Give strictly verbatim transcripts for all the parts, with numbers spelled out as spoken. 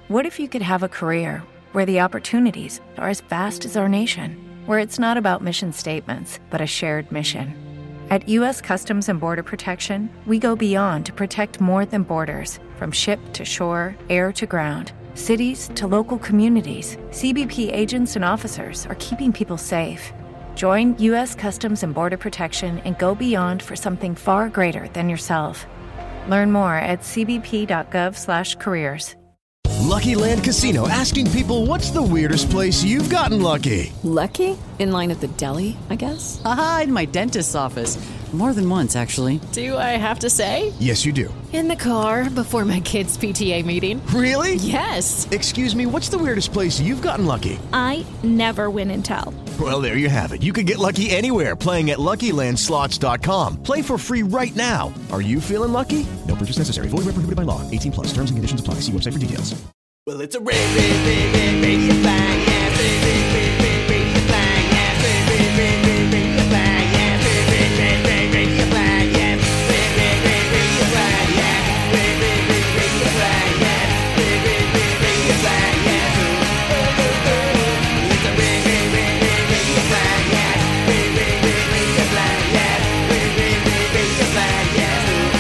What if you could have a career where the opportunities are as vast as our nation, where it's not about mission statements, but a shared mission? At U S Customs and Border Protection, we go beyond to protect more than borders. From ship to shore, air to ground, cities to local communities, C B P agents and officers are keeping people safe. Join U S Customs and Border Protection and go beyond for something far greater than yourself. Learn more at c b p dot gov slash careers. Lucky Land Casino, asking people, what's the weirdest place you've gotten lucky? Lucky? In line at the deli, I guess? Aha, in my dentist's office. More than once, actually. Do I have to say? Yes, you do. In the car before my kids' P T A meeting. Really? Yes. Excuse me, what's the weirdest place you've gotten lucky? I never win and tell. Well, there you have it. You can get lucky anywhere, playing at lucky land slots dot com. Play for free right now. Are you feeling lucky? No purchase necessary. Void where prohibited by law. eighteen plus. Terms and conditions apply. See website for details. Well, it's a red, red, red, red radio flag, yeah, red, red, red, red radio flag, yeah, red, red, red, red radio flag, yeah, red, red, red, red radio flag, yeah, red, red, red radio flag, yeah, red, red, red radio flag, yeah, red, red, red radio flag, yeah, it's a red, red, red, red radio flag, yeah, red, red, red radio flag, yeah, red, red, red radio flag, yeah.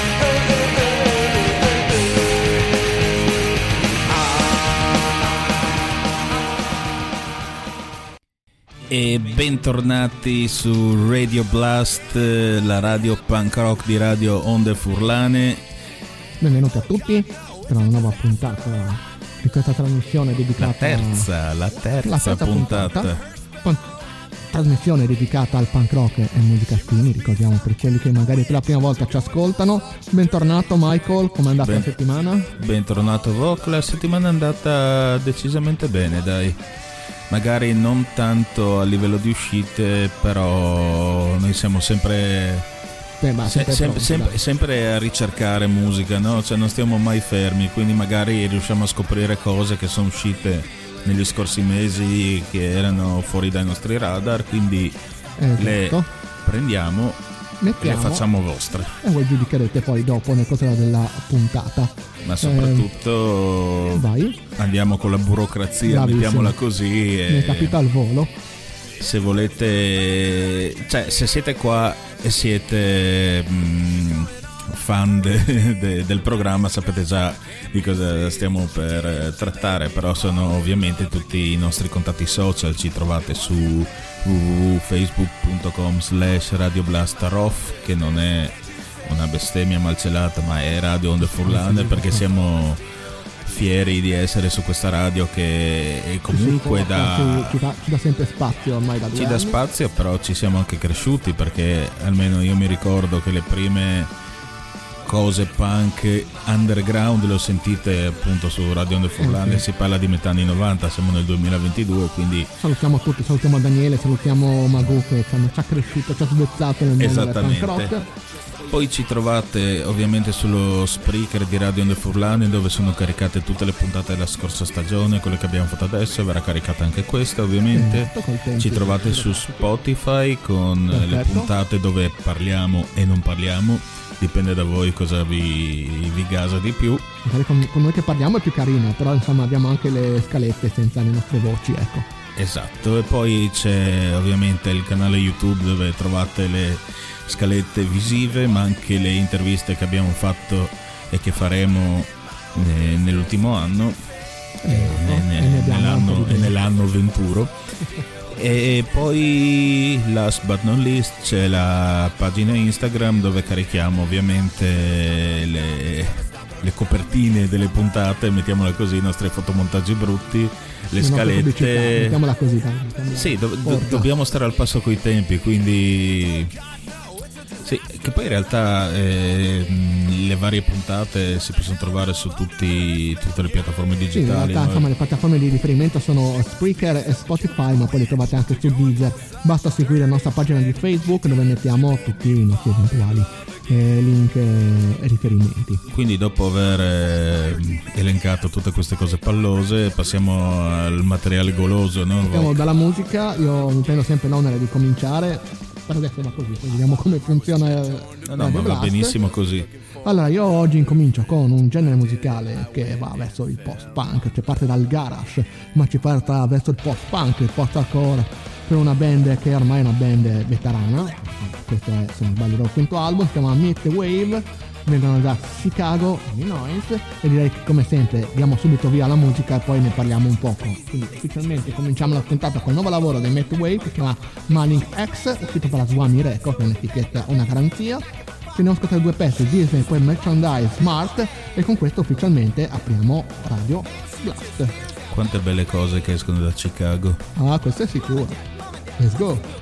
E bentornati su Radio Blast, la radio punk rock di Radio Onde Furlane. Benvenuti a tutti per una nuova puntata di questa trasmissione dedicata la terza, la terza, la terza puntata, puntata. Trasmissione dedicata al punk rock e musica stini, ricordiamo per quelli che magari per la prima volta ci ascoltano. Bentornato Michael, com'è andata ben, la settimana? Bentornato Voc, la settimana è andata decisamente bene, dai. Magari non tanto a livello di uscite, però noi siamo sempre Beh, ma sempre, se, pronti, sempre, sempre a ricercare musica, no? Cioè non stiamo mai fermi, quindi magari riusciamo a scoprire cose che sono uscite negli scorsi mesi che erano fuori dai nostri radar, quindi esatto. Le prendiamo Mettiamo, e le facciamo vostre e voi giudicherete poi dopo nel corso della puntata. Ma soprattutto eh, vai. Andiamo con la burocrazia, Bravissimo. Mettiamola così e... Mi è capita al volo. Se volete, cioè se siete qua e siete mh, fan de, de, del programma, sapete già di cosa stiamo per trattare, però sono ovviamente tutti i nostri contatti social. Ci trovate su w w w punto facebook punto com slash radioblastaroff, che non è una bestemmia malcelata ma è Radio Onde Furlane, perché siamo fieri di essere su questa radio che comunque sì, dà, ci, ci, dà, ci dà sempre spazio ormai da due ci anni. dà spazio, però ci siamo anche cresciuti, perché almeno io mi ricordo che le prime cose punk underground le ho sentite appunto su Radio Onde Furlane. Eh sì. Si parla di metà anni novanta, siamo nel duemilaventidue, quindi salutiamo tutti, salutiamo Daniele, salutiamo Magu che ci ha cresciuto, ci ha svezzato nel mondo del punk rock. Poi ci trovate ovviamente sullo Spreaker di Radio Onde Furlane, dove sono caricate tutte le puntate della scorsa stagione, quelle che abbiamo fatto adesso, e verrà caricata anche questa ovviamente. Eh, ci trovate su Spotify con Perfetto. Le puntate dove parliamo e non parliamo, dipende da voi cosa vi, vi gasa di più. Con, con noi che parliamo è più carino, però insomma abbiamo anche le scalette senza le nostre voci, ecco. Esatto, e poi c'è ovviamente il canale YouTube dove trovate le scalette visive, ma anche le interviste che abbiamo fatto e che faremo eh, nell'ultimo anno, eh, eh, ne, ne, nell'anno, nell'anno venturo. E poi last but not least c'è la pagina Instagram dove carichiamo ovviamente le, le copertine delle puntate, mettiamola così, i nostri fotomontaggi brutti, le scalette, mettiamola così, mettiamola sì, do, do, dobbiamo stare al passo coi tempi, quindi sì, che poi in realtà eh, le varie puntate si possono trovare su tutti, tutte le piattaforme digitali. Sì, in realtà, no? Insomma, le piattaforme di riferimento sono Spreaker e Spotify, ma poi le trovate anche su Deezer. Basta seguire la nostra pagina di Facebook dove mettiamo tutti i nostri eventuali eh, link e riferimenti. Quindi dopo aver eh, elencato tutte queste cose pallose, passiamo al materiale goloso, no? Partiamo dalla musica. Io mi prendo sempre l'onere di cominciare per adesso va così, poi vediamo come funziona. No, no, ma va Blast. benissimo così. Allora, io oggi incomincio con un genere musicale che va verso il post-punk, cioè parte dal garage, ma ci porta verso il post-punk, il post-hardcore, per una band che ormai è una band veterana. Questo è, se non sbaglio, il loro quinto album, si chiama Meet the Wave, vengono da Chicago, Illinois, e direi che come sempre diamo subito via la musica e poi ne parliamo un poco. Quindi ufficialmente cominciamo la puntata con il nuovo lavoro dei Meet the Wave, che si chiama Malink X, uscito per la Swami Records, che è un'etichetta, una garanzia. Andiamo a ascoltare due pezzi, Disney e poi Merchandise Smart, e con questo ufficialmente apriamo Radio Blast. Quante belle cose che escono da Chicago. Ah, questo è sicuro. Let's go.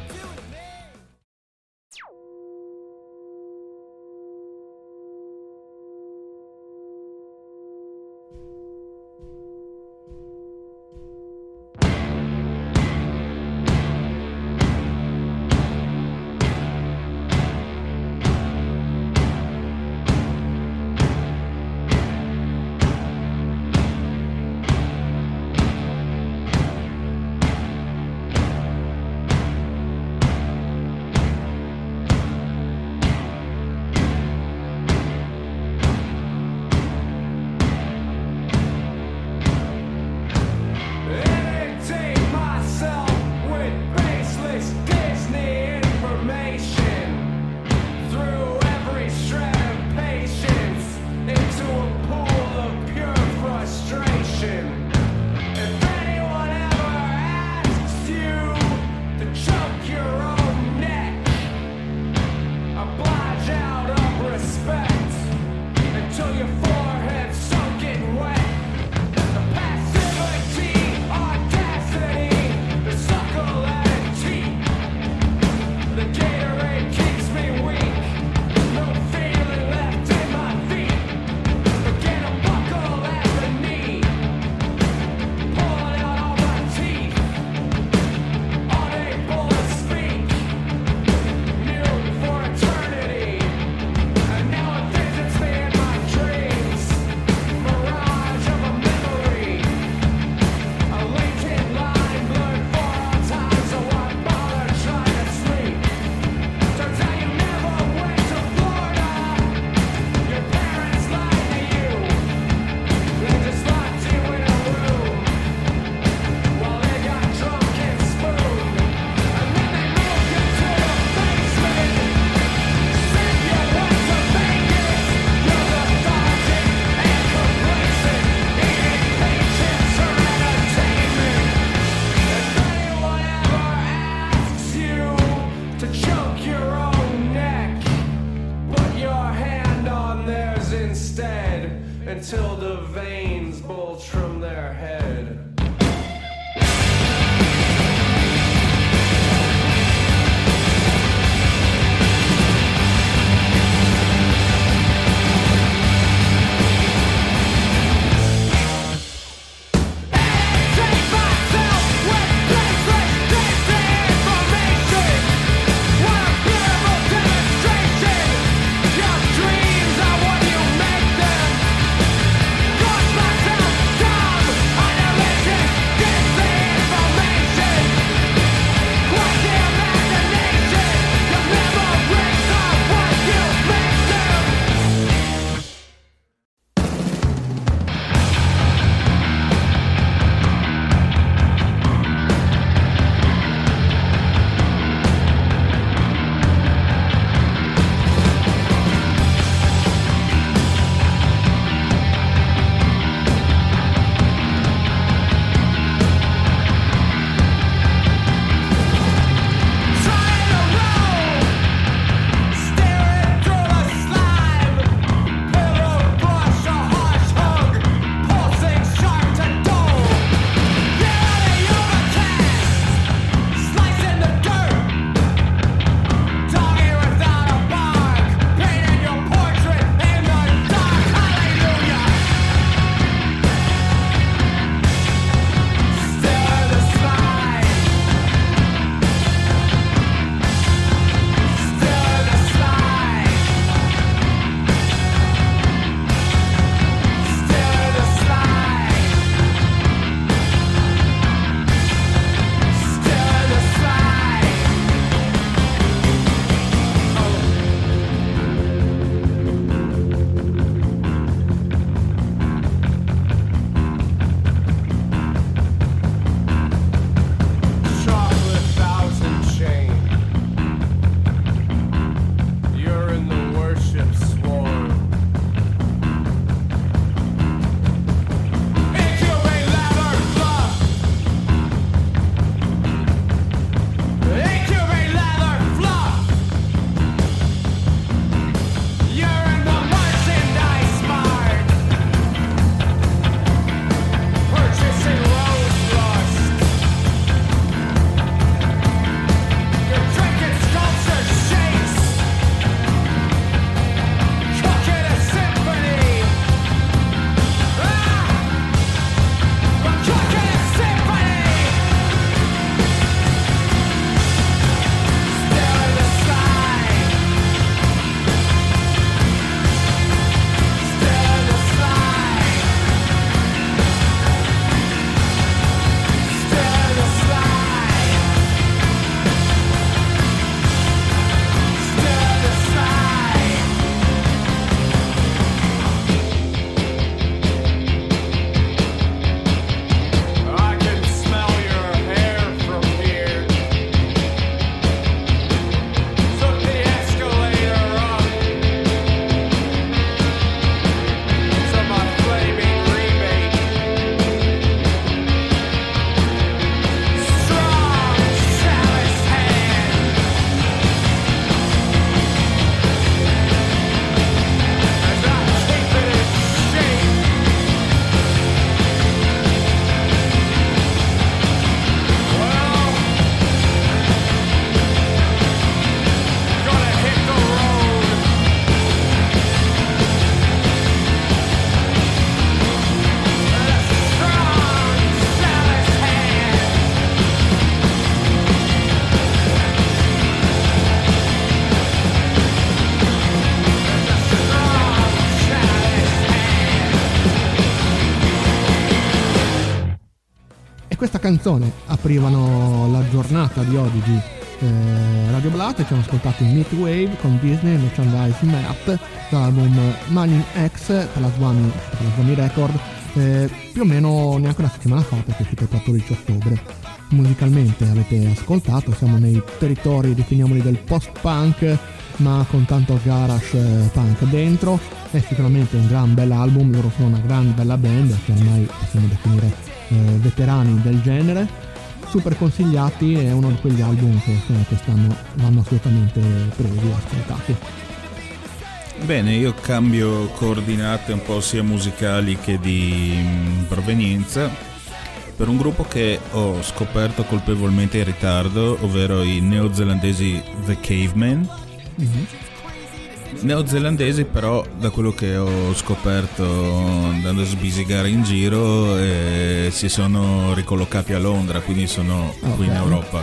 e questa canzone aprivano la giornata di oggi di eh, Radio Blast. Ci hanno ascoltato in Midwave con Disney Merchandise Map dall'album Money X per la Swami, per la Swami Record, eh, più o meno neanche una settimana fa, perché è uscito il quattordici ottobre. Musicalmente avete ascoltato, siamo nei territori, definiamoli, del post-punk, ma con tanto garage punk dentro. È sicuramente un gran bel album, loro sono una gran bella band che ormai possiamo definire eh, veterani del genere, super consigliati, è uno di quegli album che quest'anno vanno assolutamente presi e ascoltati. Bene, io cambio coordinate un po' sia musicali che di mh, provenienza per un gruppo che ho scoperto colpevolmente in ritardo, ovvero i neozelandesi The Cavemen. Mm-hmm. Neozelandesi, però, da quello che ho scoperto andando a sbisigare in giro, eh, si sono ricollocati a Londra, quindi sono okay. qui in Europa.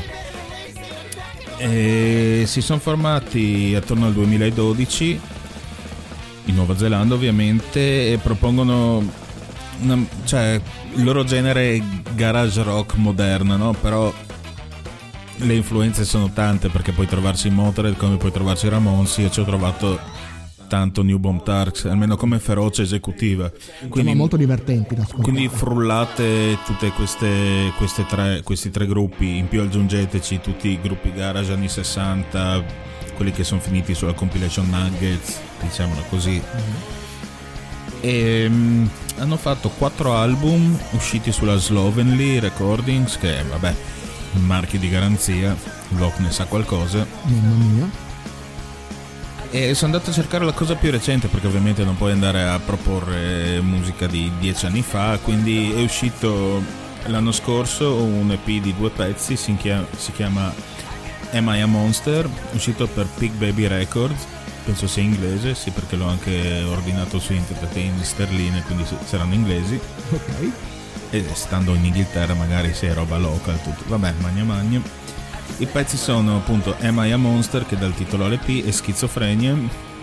E si sono formati attorno al duemiladodici in Nuova Zelanda, ovviamente, e propongono una, cioè il loro genere garage rock moderno, no? Però le influenze sono tante, perché puoi trovarsi in Motorhead come puoi trovarsi Ramones. Io ci ho trovato tanto New Bomb Turks, almeno come feroce esecutiva, quindi sono molto divertenti da ascoltare. Quindi frullate tutte queste, queste tre, questi tre gruppi, in più aggiungeteci tutti i gruppi garage anni sessanta, quelli che sono finiti sulla compilation Nuggets, diciamola così. Mm-hmm. E um, hanno fatto quattro album usciti sulla Slovenly Recordings, che vabbè, marchi di garanzia, Locke ne sa qualcosa. Mamma mia. E sono andato a cercare la cosa più recente, perché ovviamente non puoi andare a proporre musica di dieci anni fa, quindi è uscito l'anno scorso un E P di due pezzi, si chiama, si chiama Am I a Monster, uscito per Pig Baby Records, penso sia inglese, sì, perché l'ho anche ordinato su internet in sterline, quindi saranno inglesi. Ok. E stando in Inghilterra magari se è roba local, tutto, vabbè, magna magna. I pezzi sono appunto Am I a Monster, che dà il titolo all'E P, e Schizophrenia,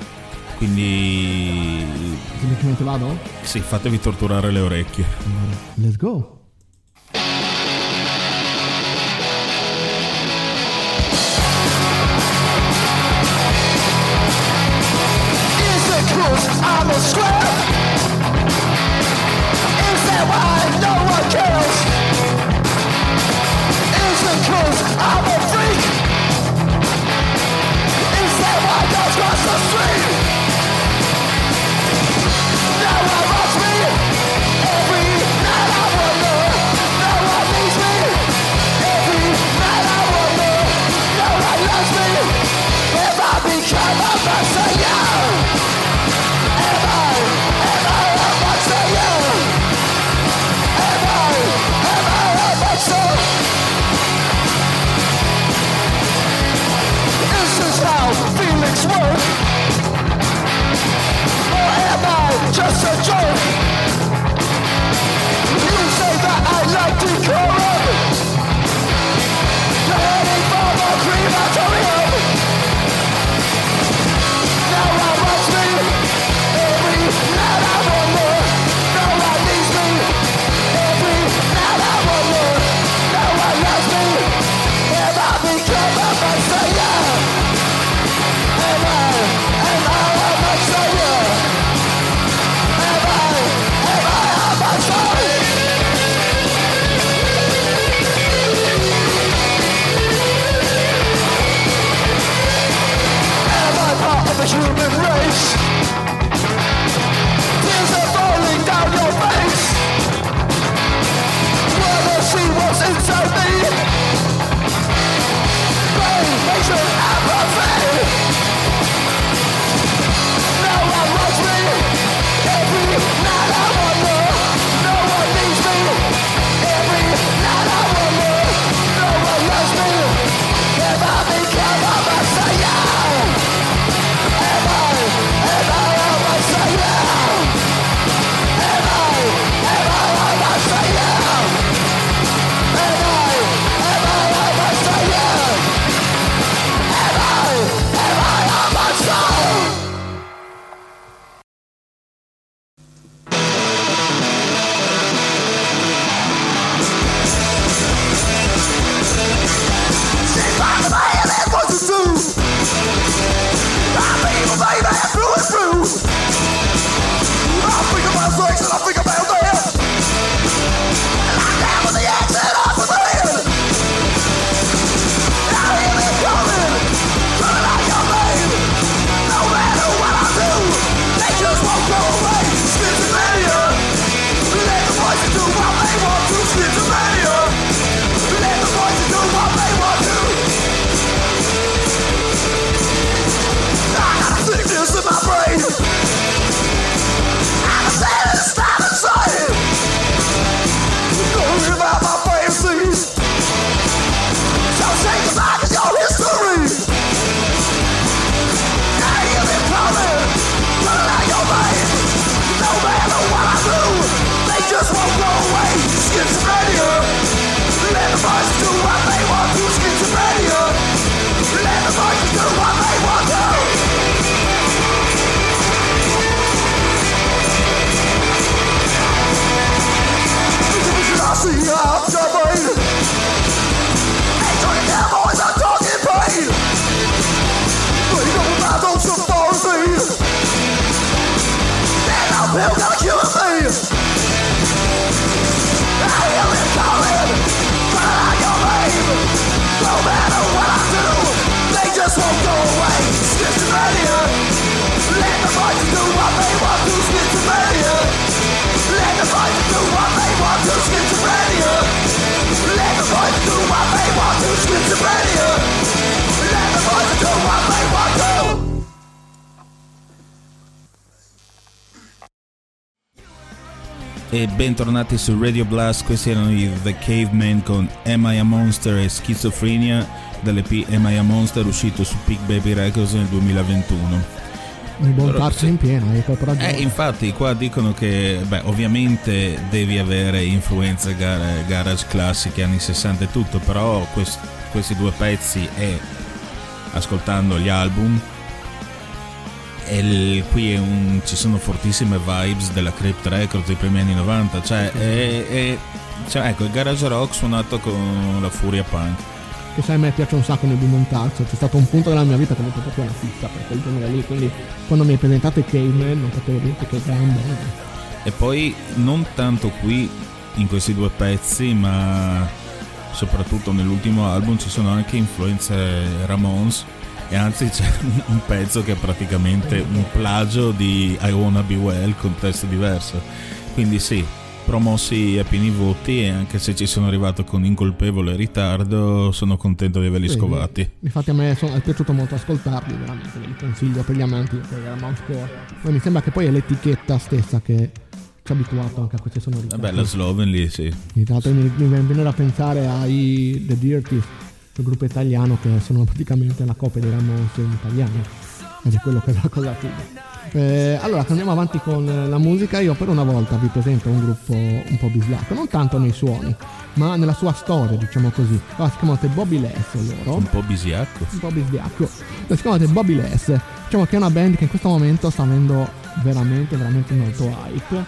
quindi semplicemente vado? Sì, fatevi torturare le orecchie. Allora, let's go. Is it 'cause I'm a square? Is that why no one cares? Is it 'cause I'm a freak? Is that why girls cross the street? No one wants me. Every night I wonder. No one needs me. Every night I wonder. No one loves me. Have I become a monster? Yeah. Am I? Am I a monster? Yeah. E bentornati su Radio Blast, questi erano i The Cavemen con Am I a Monster e Schizophrenia dell'E P Am I a Monster uscito su Peak Baby Records nel duemilaventuno. Un buon parto in pieno, hai proprio ragione. Eh, infatti qua dicono che beh, ovviamente devi avere influenze gar- garage classiche anni sessanta e tutto, però quest- questi due pezzi e ascoltando gli album e il, qui è un, ci sono fortissime vibes della Crypt Records dei primi anni novanta, cioè, è, è, cioè ecco il garage rock suonato con la furia punk, che sai a me piace un sacco nel bimontarsi. C'è stato un punto della mia vita che ho avuto proprio una fissa per quel genere lì, quindi quando mi hai presentato i Cavemen non potevo dire che grande. E poi non tanto qui in questi due pezzi, ma soprattutto nell'ultimo album ci sono anche influenze Ramones, e anzi c'è un pezzo che è praticamente un plagio di I Wanna Be Well con testo diverso, quindi sì, promossi a pieni voti, e anche se ci sono arrivato con incolpevole ritardo sono contento di averli sì, scovati. Infatti a me sono, è piaciuto molto ascoltarli, veramente ve li consiglio per gli amanti per Ramones Core. Ma mi sembra che poi è l'etichetta stessa che ci ha abituato anche a queste sonorità. Vabbè, la Slovenly, sì. Intanto mi, mi viene da pensare ai The Dirties, il gruppo italiano, che sono praticamente la copia dei Ramones in italiano, ed è quello che è la cosa figa. Eh, allora andiamo avanti con la musica. Io per una volta vi presento un gruppo un po' bislacco, non tanto nei suoni ma nella sua storia, diciamo così. Allora, si chiamano The Bobby Les loro. Un po' bisiacco. Un po' bisiacco. Si chiamano The Bobby Les. Diciamo che è una band che in questo momento sta avendo veramente veramente molto hype.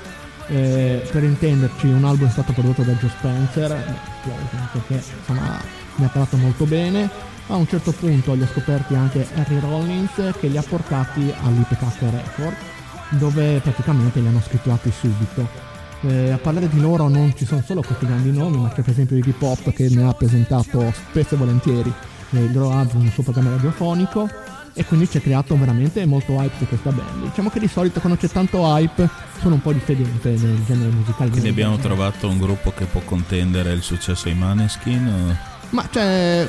Eh, per intenderci, un album è stato prodotto da Joe Spencer, perché insomma mi ha parlato molto bene. A un certo punto li ha scoperti anche Harry Rollins, che li ha portati all'Ipecac Record, dove praticamente li hanno scritturati subito. Eh, a parlare di loro non ci sono solo questi grandi nomi, ma c'è per esempio Iggy Pop, che ne ha presentato spesso e volentieri eh, il loro album nel suo programma radiofonico, e quindi c'è creato veramente molto hype su questa band. Diciamo che di solito quando c'è tanto hype sono un po' diffidente nel genere musicale. Quindi abbiamo trovato un gruppo che può contendere il successo ai Maneskin? O... Ma c'è...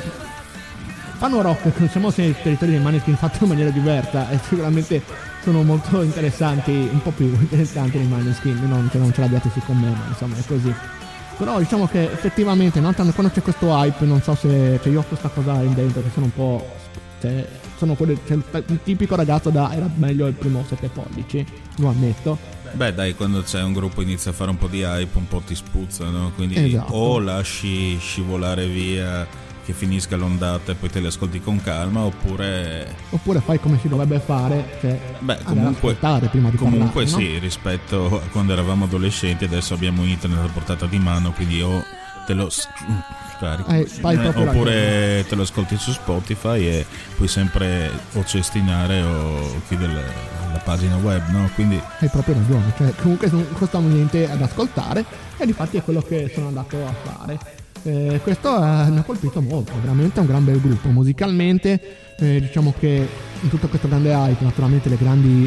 fanno rock, conosciamo se il territorio dei Maneskin fatto in maniera diversa, e sicuramente sono molto interessanti, un po' più interessanti dei Maneskin, non, non ce l'abbiate su con me, ma insomma è così. Però diciamo che effettivamente no, quando c'è questo hype, non so se cioè io ho questa cosa in dentro che sono un po', cioè, sono quelle, cioè, il tipico ragazzo da era meglio il primo sette pollici, lo ammetto. Beh dai, quando c'è un gruppo inizia a fare un po' di hype, un po' ti spuzza, no? Quindi esatto. O lasci scivolare via, che finisca l'ondata e poi te le ascolti con calma, oppure oppure fai come si dovrebbe fare, cioè beh comunque prima di comunque parlare, sì, no? Rispetto a quando eravamo adolescenti, adesso abbiamo internet a portata di mano, quindi o te lo scarichi eh, eh, oppure te lo ascolti su Spotify e puoi sempre o cestinare o chiudere la pagina web, no? Quindi hai proprio ragione, cioè comunque non costa niente ad ascoltare, e difatti è quello che sono andato a fare. Eh, questo eh, mi ha colpito molto, veramente è un gran bel gruppo musicalmente. Eh, diciamo che in tutto questo grande hype naturalmente le grandi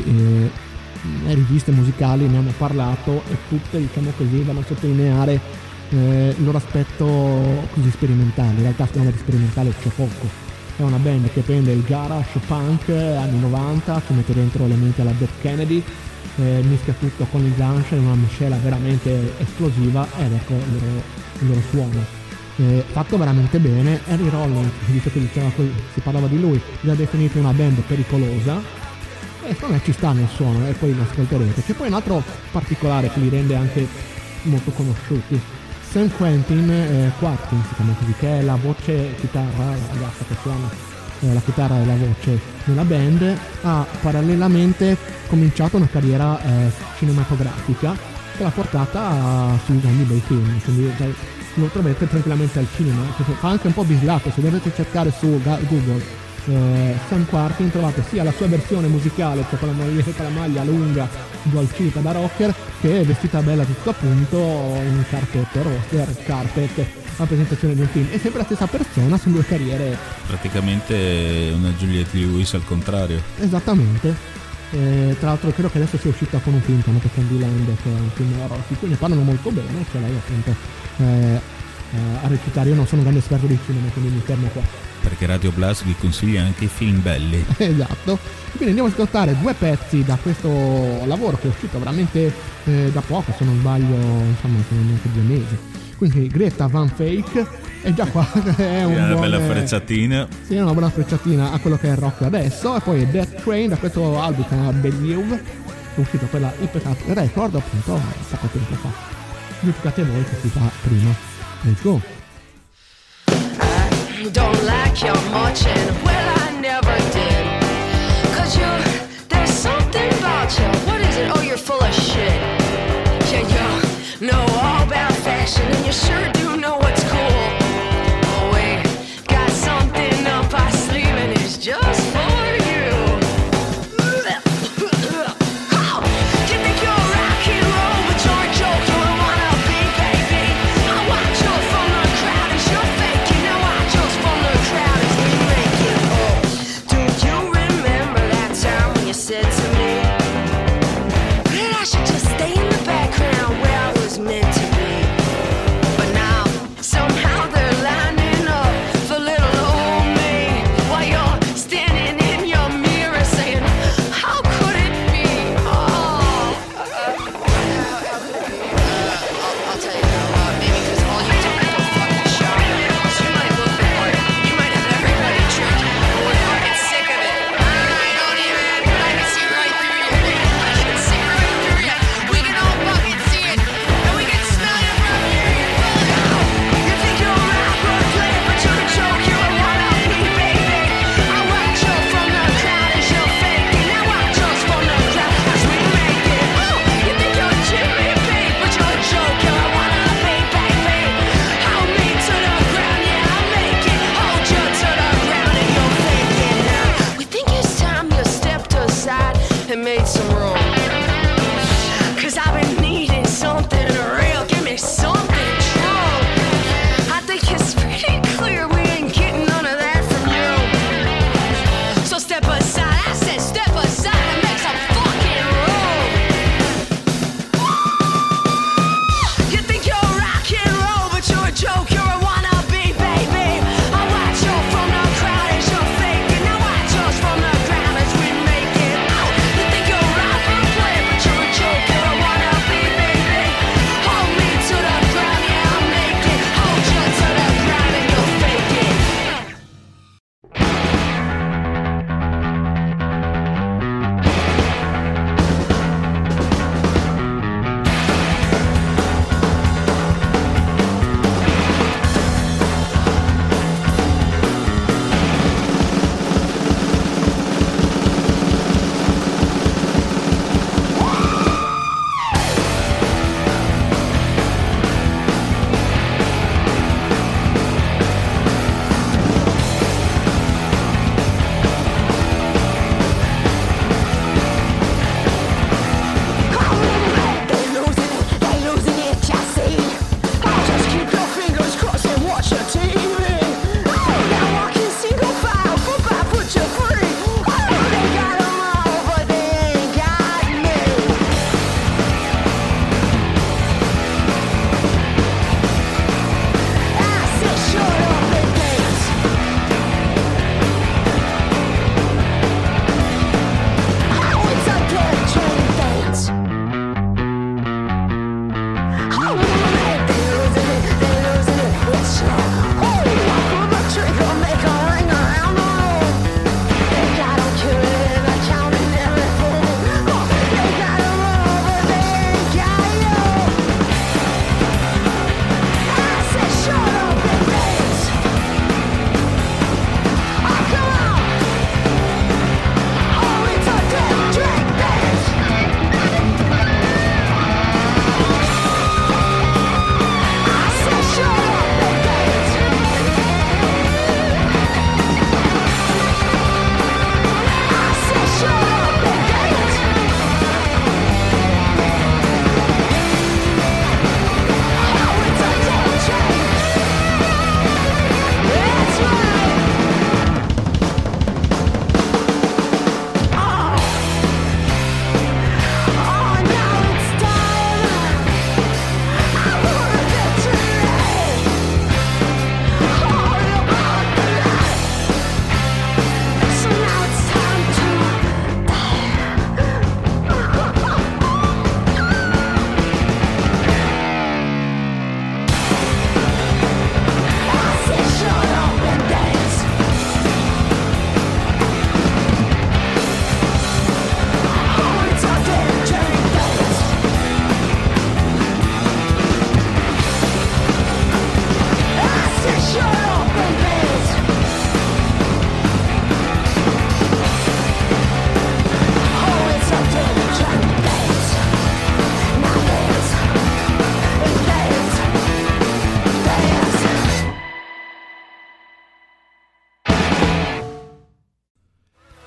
eh, riviste musicali ne hanno parlato, e tutte, diciamo così, vanno a sottolineare eh, il loro aspetto così sperimentale. In realtà secondo me di sperimentale c'è poco. È una band che prende il garage punk anni novanta, ci mette dentro elementi alla Dead Kennedy, eh, mischia tutto con il grunge in una miscela veramente esplosiva, ed ecco il loro, il loro suono. Eh, fatto veramente bene. Harry Rollins, visto che diceva, si parlava di lui, li ha definito una band pericolosa, e secondo me ci sta nel suono, e poi lo ascolterete. C'è poi un altro particolare che li rende anche molto conosciuti. Sam Quentin eh, Quartin si chiama così, che è la voce chitarra, la ragazza che suona eh, la chitarra e la voce nella band, ha parallelamente cominciato una carriera eh, cinematografica che l'ha portata a, sui grandi bei film, quindi dai, lo troverete tranquillamente al cinema. Fa anche un po' bislacco, se dovete cercare su Google eh, Sam Quartin trovate sia la sua versione musicale, cioè con la maglia, con la maglia lunga dolcita da rocker, che è vestita bella tutto a punto in carpet roster, carpet a presentazione di un film. È sempre la stessa persona, sono due carriere, praticamente una Juliette Lewis al contrario. Esattamente. Eh, tra l'altro credo che adesso sia uscita con un film chiamato Candyland, che è un film horror di cui ne parlano molto bene, che lei appunto eh, eh, a recitare. Io non sono un grande esperto di cinema, quindi mi fermo qua. perché Radio Blast vi consiglia anche i film belli. Esatto. Quindi andiamo ad ascoltare due pezzi da questo lavoro che è uscito veramente eh, da poco, se non sbaglio, insomma, sono neanche due mesi. Quindi Greta Van Fleet è già qua, è un una buon, bella frecciatina. Sì, è una buona frecciatina a quello che è il rock adesso. E poi Death Train da questo album che si chiama Believe, è uscito per la Hypnotic Record appunto poco tempo fa. Giudicate voi che si fa prima. Let's go. I don't like your much and well I never did. Cause you, there's something about you. What is it? Oh, you're full of shit. Yeah, you know all about fashion and you sure do know what's cool. Oh wait, got something up our sleeve and it's just for you. Oh, you think you're rock and roll, but you're a joke, you're a wannabe, baby. I watch you from the crowd and you're faking. Now watch us from the crowd as we make it. Oh, do you remember that time when you said to me,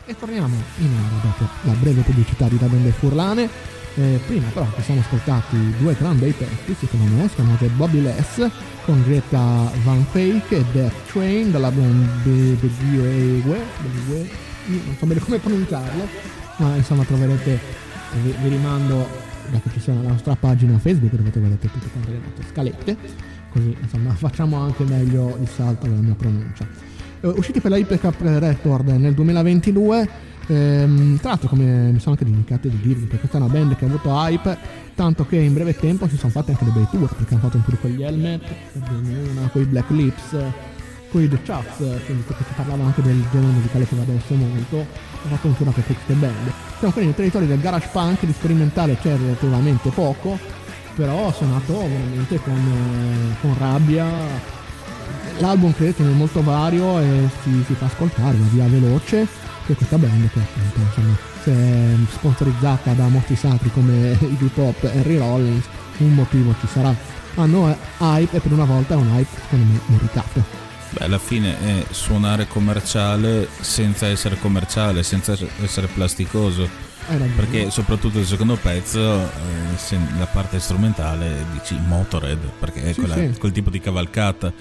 E torniamo in aria dopo la breve pubblicità di Radio Onda Furlane. Eh, prima però ci siamo ascoltati due gran bei pezzi, secondo me, si chiamano Bobby Less con Greta Van Fake e Death Train dall'album The Gue, non so bene come pronunciarlo, ma insomma troverete, vi, vi rimando, dato che sono alla nostra pagina Facebook dove troverete tutte quante le nostre scalette, così insomma facciamo anche meglio il salto della mia pronuncia. Uh, usciti per la Hypercap Record nel duemilaventidue. Ehm, tra l'altro, come mi sono anche dimenticato di dirvi, perché questa è una band che ha avuto hype, tanto che in breve tempo si sono fatti anche dei bei tour, perché hanno fatto un tour con gli Helmet, una con i Black Lips, con i The Chaps, quindi perché si parlava anche del genere musicale che va adesso molto, hanno fatto un tour anche con queste band. Siamo quindi nei territori del garage punk, di sperimentale c'è relativamente poco, però ha suonato veramente con, con rabbia. L'album credetemi è molto vario e si, si fa ascoltare, va via veloce. E questa band che appunto insomma se è sponsorizzata da mostri sacri come i Iggy Pop e Henry Rollins, un motivo ci sarà. Hanno hype e per una volta è un hype secondo me meritato. Beh, alla fine è suonare commerciale senza essere commerciale, senza essere plasticoso, perché soprattutto il secondo pezzo, eh, la parte strumentale, dici Motorhead, perché è sì, quella, sì. quel tipo di cavalcata,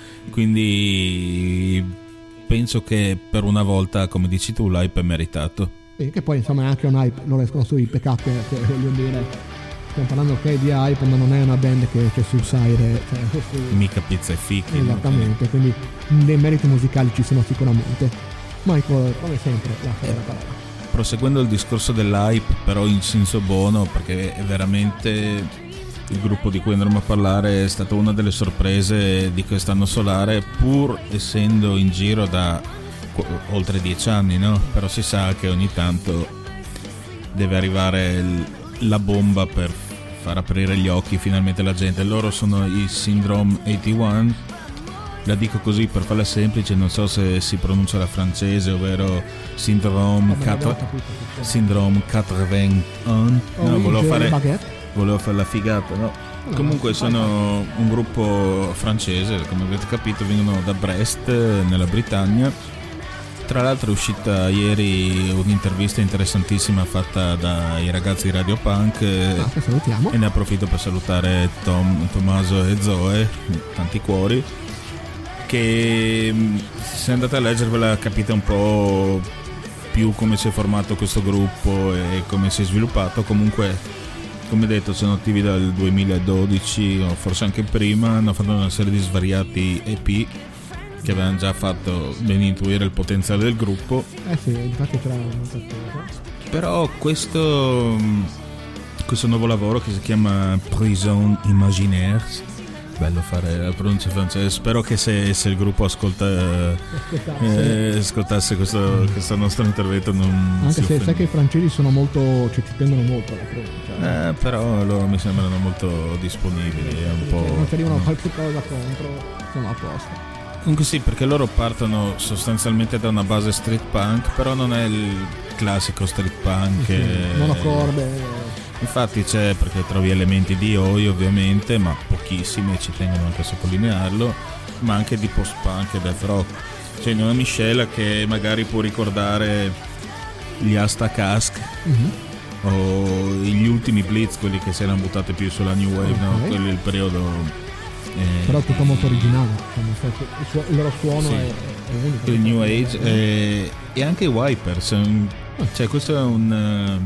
quindi penso che per una volta, come dici tu, l'hype è meritato. E che poi insomma è anche un hype, loro escono su I P K, che voglio dire, stiamo parlando ok di hype, ma non è una band che c'è sul Sire, cioè, su... mica pizza e fichi. Esattamente, no? Quindi dei meriti musicali ci sono sicuramente. Michael, come sempre, lascia eh, la parola. Proseguendo il discorso dell'hype, però in senso buono, perché è veramente... il gruppo di cui andremo a parlare è stata una delle sorprese di quest'anno solare, pur essendo in giro da oltre dieci anni, no? Però si sa che ogni tanto deve arrivare la bomba per far aprire gli occhi finalmente alla gente. Loro sono i Syndrome ottantuno, la dico così per farla semplice, non so se si pronuncia la francese, ovvero Syndrome Syndrome ottantuno. No, volevo fare volevo fare la figata, no? no Comunque sono un gruppo francese, come avete capito, vengono da Brest, nella Britannia. Tra l'altro è uscita ieri un'intervista interessantissima fatta dai ragazzi di Radio Punk, ah, che salutiamo. E ne approfitto per salutare Tom, Tommaso e Zoe, tanti cuori, che se andate a leggervela capite un po' più come si è formato questo gruppo e come si è sviluppato. Comunque, come detto, sono attivi dal duemiladodici o forse anche prima, hanno fatto una serie di svariati E P che avevano già fatto ben intuire il potenziale del gruppo. Eh sì, infatti c'era molta cosa. Però questo, questo nuovo lavoro che si chiama Prison Imaginaires, bello fare la pronuncia francese, spero che se, se il gruppo ascolta, eh, ascoltasse questo, questo nostro intervento non anche si se offende. sai che i francesi sono molto, cioè ci tengono molto alla pronuncia, eh, però loro mi sembrano molto disponibili, è un po'... non ci arrivano qualche cosa contro, siamo a posto. Comunque sì, perché loro partono sostanzialmente da una base street punk, però non è il classico street punk, sì, eh, non ho corde. Infatti c'è, perché trovi elementi di Oi ovviamente, ma pochissimi, ci tengono anche a sottolinearlo, ma anche di post punk e death rock, cioè in una miscela che magari può ricordare gli Asta Kask, mm-hmm. o gli ultimi Blitz, quelli che si erano buttati più sulla New Wave, okay. No? Quelli del periodo... Eh, però tutto molto originale, il, suo, il loro suono sì. è, è unico, il New Age e, e anche i Wipers, cioè questo è un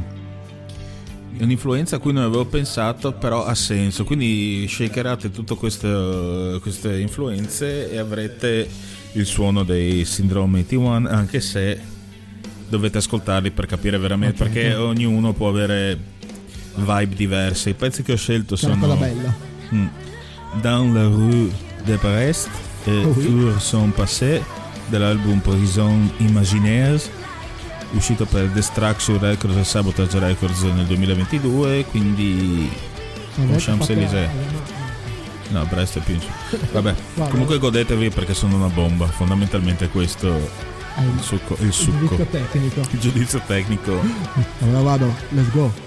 è un'influenza a cui non avevo pensato, però ha senso, quindi shakerate tutte queste, queste influenze e avrete il suono dei Syndrome ottantuno, anche se dovete ascoltarli per capire veramente, okay, perché okay. ognuno può avere vibe diverse. I pezzi che ho scelto c'è sono una cosa bella. Mm, Dans la rue de Brest e oh oui. Tour sont passés dell'album Prison Imaginaires, uscito per Destruction Records e Sabotage Records nel duemilaventidue, quindi con Champs-Élysées. No, Brest è più in su. Vabbè, comunque godetevi perché sono una bomba, fondamentalmente questo è il succo, il succo. Il giudizio tecnico. Il giudizio tecnico. Allora vado, let's go.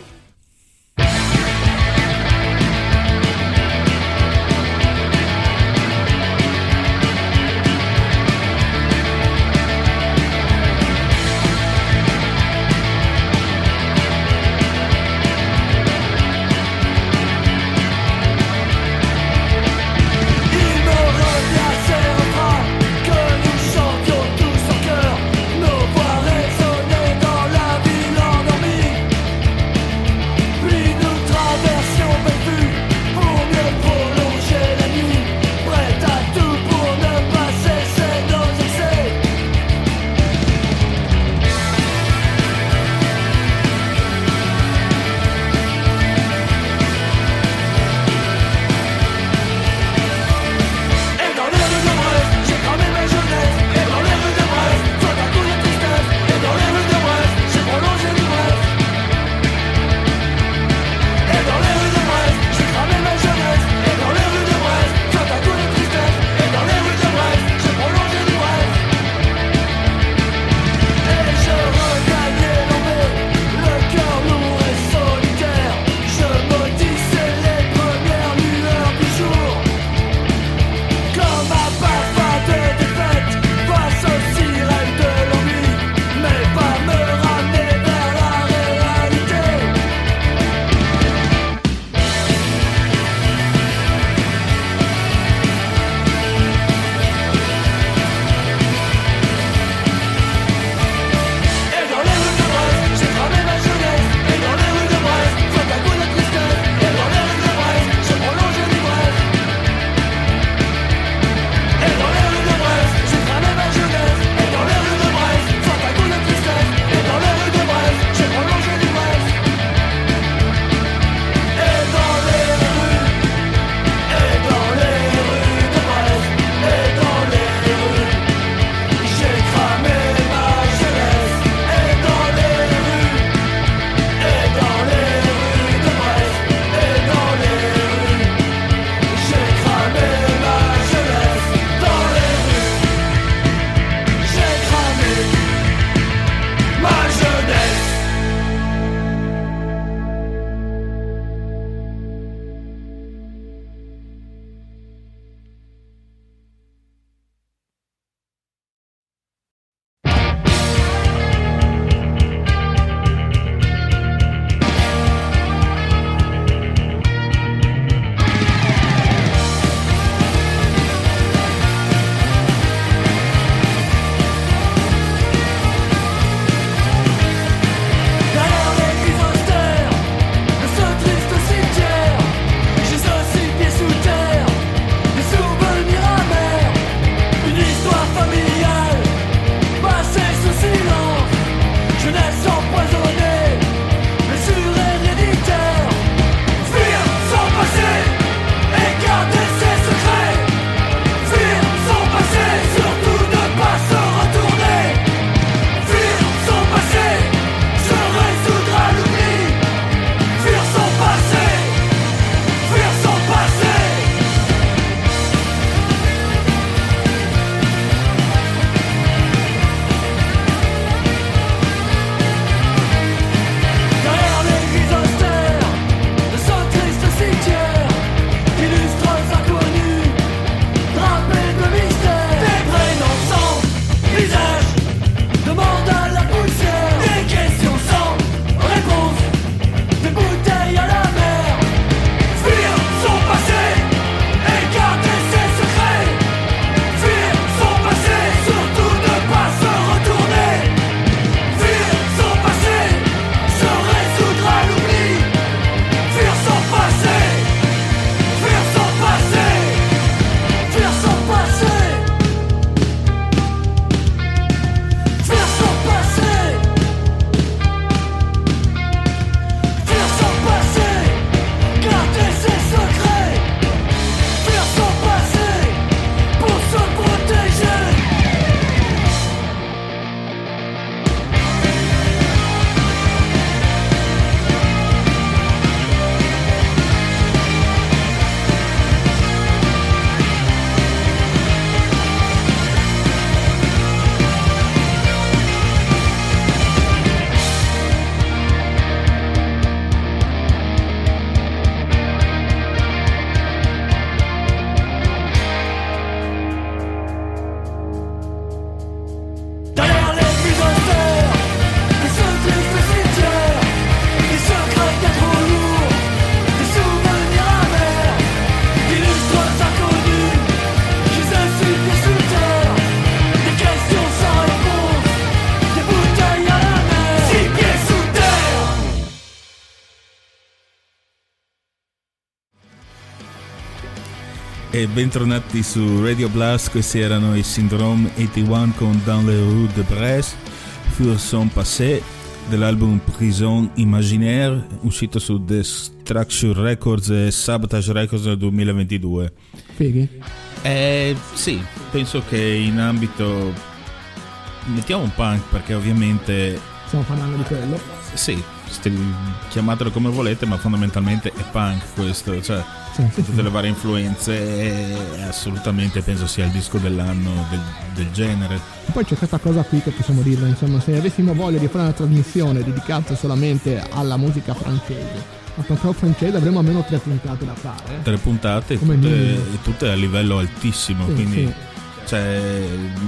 E bentornati su Radio Blast, questi erano i Syndrome ottantuno con Dans les rues de Brest, Fur son passé, dell'album Prison Imaginaire, uscito su Destruction Records e Sabotage Records nel duemilaventidue. Fighi? Eh, sì, penso che in ambito, mettiamo un punk perché ovviamente stiamo parlando di quello. Sì, st- chiamatelo come volete, ma fondamentalmente è punk questo, cioè sì, sì, tutte sì. le varie influenze, e assolutamente penso sia il disco dell'anno del, del genere. E poi c'è questa cosa qui che possiamo dirlo, insomma, se avessimo voglia di fare una trasmissione dedicata solamente alla musica francese, al punk rock francese, avremo almeno tre puntate da fare. Tre puntate, Come tutte, tutte a livello altissimo, sì, quindi sì. Cioè,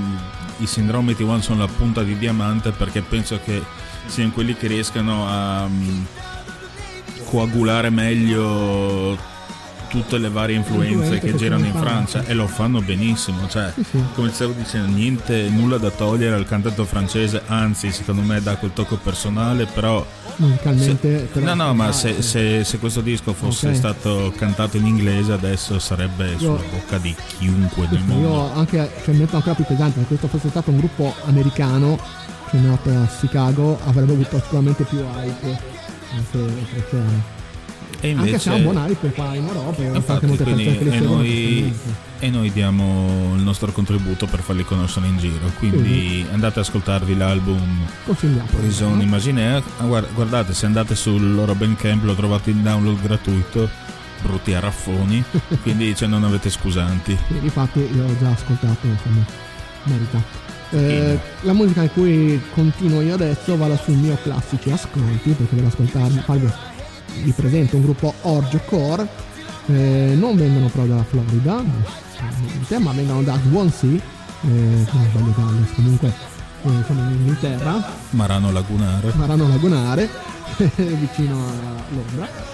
i Syndrome ottantuno sono la punta di diamante, perché penso che siano quelli che riescano a um, coagulare meglio tutte le varie influenze, influenze che, che girano in sono Francia, e lo fanno benissimo, cioè sì, sì. come stavo dicendo, niente, nulla da togliere al cantato francese, anzi secondo me dà quel tocco personale, però musicalmente se, però no no ma se, sì. se, se questo disco fosse okay. stato cantato in inglese adesso sarebbe io, sulla bocca di chiunque nel mondo. Io anche, cioè, metto ancora più pesante, se questo fosse stato un gruppo americano che è nato a Chicago, avrebbe avuto sicuramente più hype anche, perché e invece, anche se ha un buon hype qua in Europa, infatti, anche molte persone che li e, seguono, noi, e noi diamo il nostro contributo per farli conoscere in giro, quindi sì. Andate ad ascoltarvi l'album Prison no? Imaginaire. Guardate, se andate sul loro Bandcamp lo trovate in download gratuito, brutti arraffoni, quindi cioè, non avete scusanti. Sì, infatti io ho già ascoltato, insomma, merita. Eh, la musica in cui continuo io adesso vado sui mio classici ascolti, perché devo ascoltarmi, farvi vi presento un gruppo Horrorcore, eh, non vengono però dalla Florida, ma vengono da Swansea, eh, non sbaglio Galles, comunque eh, sono in Inghilterra, Marano Lagunare, Marano Lagunare vicino a Londra.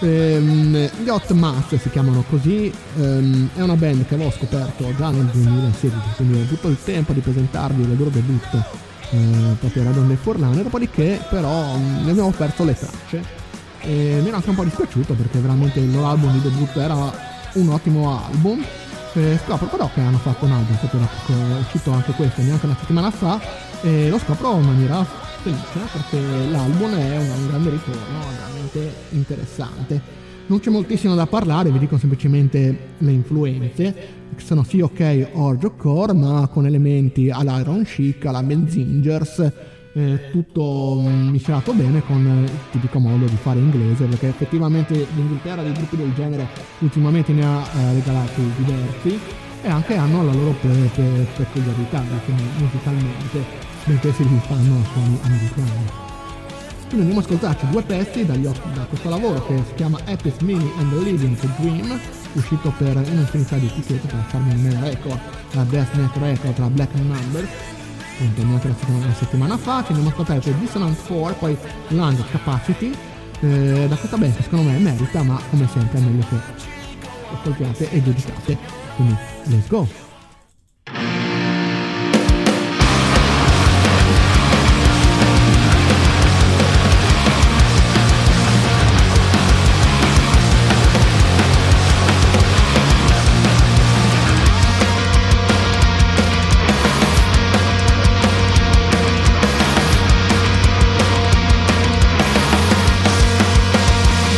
Ehm, gli Hot Mass si chiamano così, ehm, è una band che avevo scoperto già nel duemilasedici, quindi ho avuto il tempo di presentarvi il loro debutto eh, proprio a Radon dei Forlane, dopodiché però ne abbiamo perso le tracce. E mi era anche un po' dispiaciuto, perché veramente il loro album di debutto era un ottimo album. E scopro però che hanno fatto un album, proprio è uscito anche questo neanche una settimana fa, e lo scopro in maniera felice, perché l'album è un, un grande ritorno, veramente interessante. Non c'è moltissimo da parlare, vi dico semplicemente le influenze, che sono sì ok horrorcore, ma con elementi all'Iron Chic, alla Benzingers, Eh, tutto mh, miscelato bene con eh, il tipico modo di fare inglese, perché effettivamente l'Inghilterra dei gruppi del genere ultimamente ne ha eh, regalati diversi, e anche hanno la loro pe- pe- peculiarità, diciamo, musicalmente, benché si rifanno a suoni americani. Quindi andiamo a ascoltarci due pezzi dagli, da questo lavoro che si chiama Epis Mini and the Living the Dream, uscito per un'infinità di etichette, per Charming Man Record, la Death Net Record, la Black Number, appunto neanche una settimana, una settimana fa. Ci andiamo a ascoltare per Dissonant quattro, poi Lung Capacity, eh, da questa band che secondo me merita, ma come sempre è meglio che ascoltiate e giudicate, quindi let's go.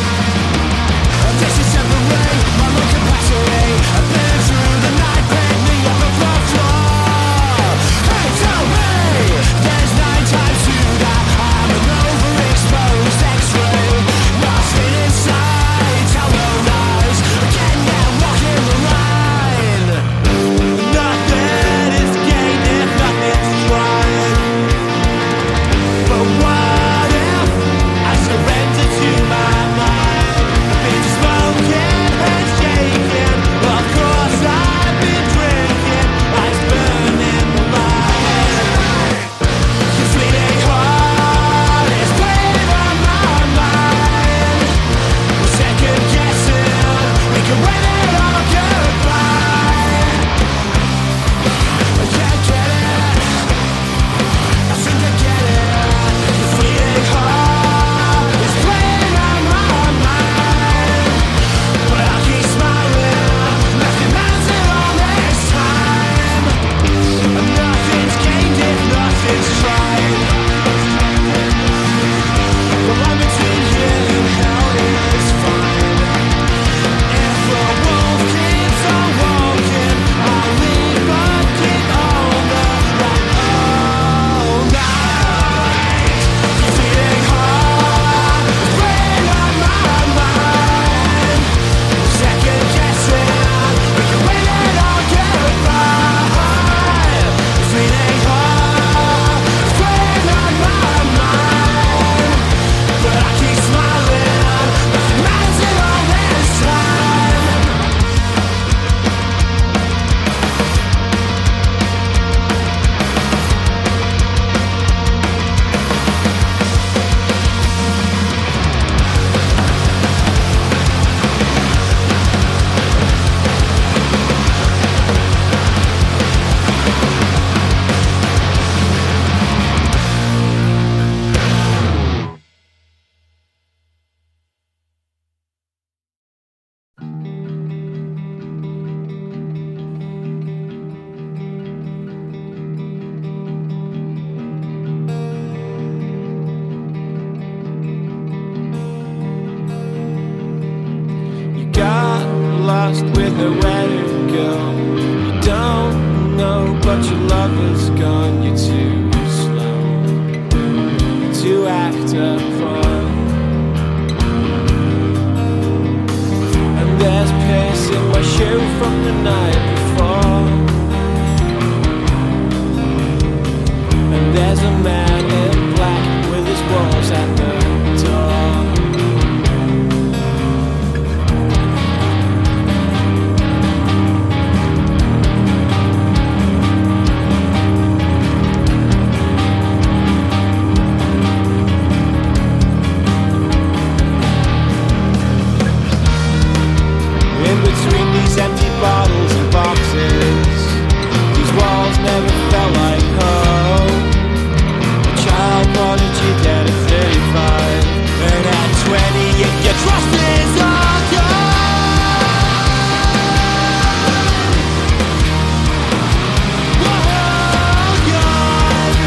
Separate my low capacity. I've been through the night, don't know where to go. You don't know, but your lover's gone. You're too slow to act upon. And there's piss in my shoe from the night before. And there's a man in black with his walls at the door. In between these empty bottles and boxes, these walls never felt like home. A child prodigy dead at thirty-five, and at twenty you, your trust is all gone. All gone.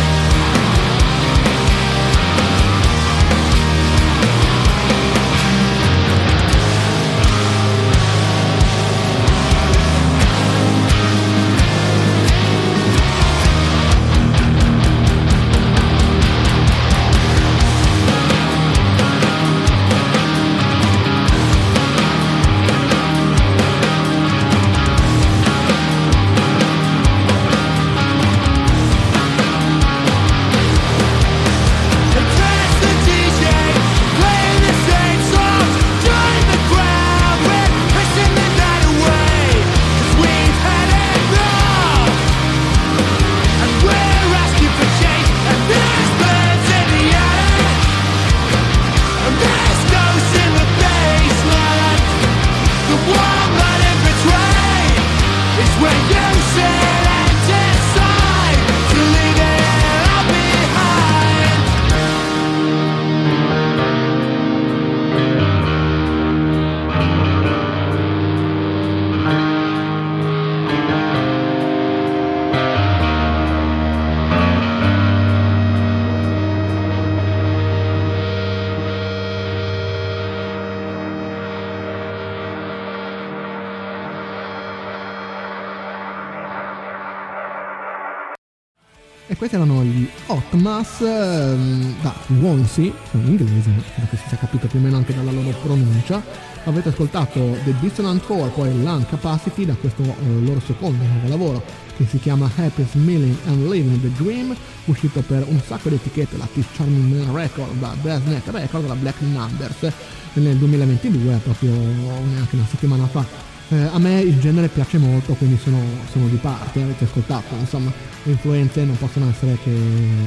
E questi erano gli Hotmas ehm, da Swansea, sono inglesi, credo che si sia capito più o meno anche dalla loro pronuncia. Avete ascoltato The Dissonant Four, poi Lung Capacity, da questo eh, loro secondo nuovo lavoro che si chiama Happy Smiling and Living the Dream, uscito per un sacco di etichette, la This Charming Man Record, la Brassneck Record, la Black Numbers, nel duemilaventidue, proprio neanche una settimana fa. Eh, a me il genere piace molto, quindi sono, sono di parte, avete ascoltato, insomma, le influenze non possono essere che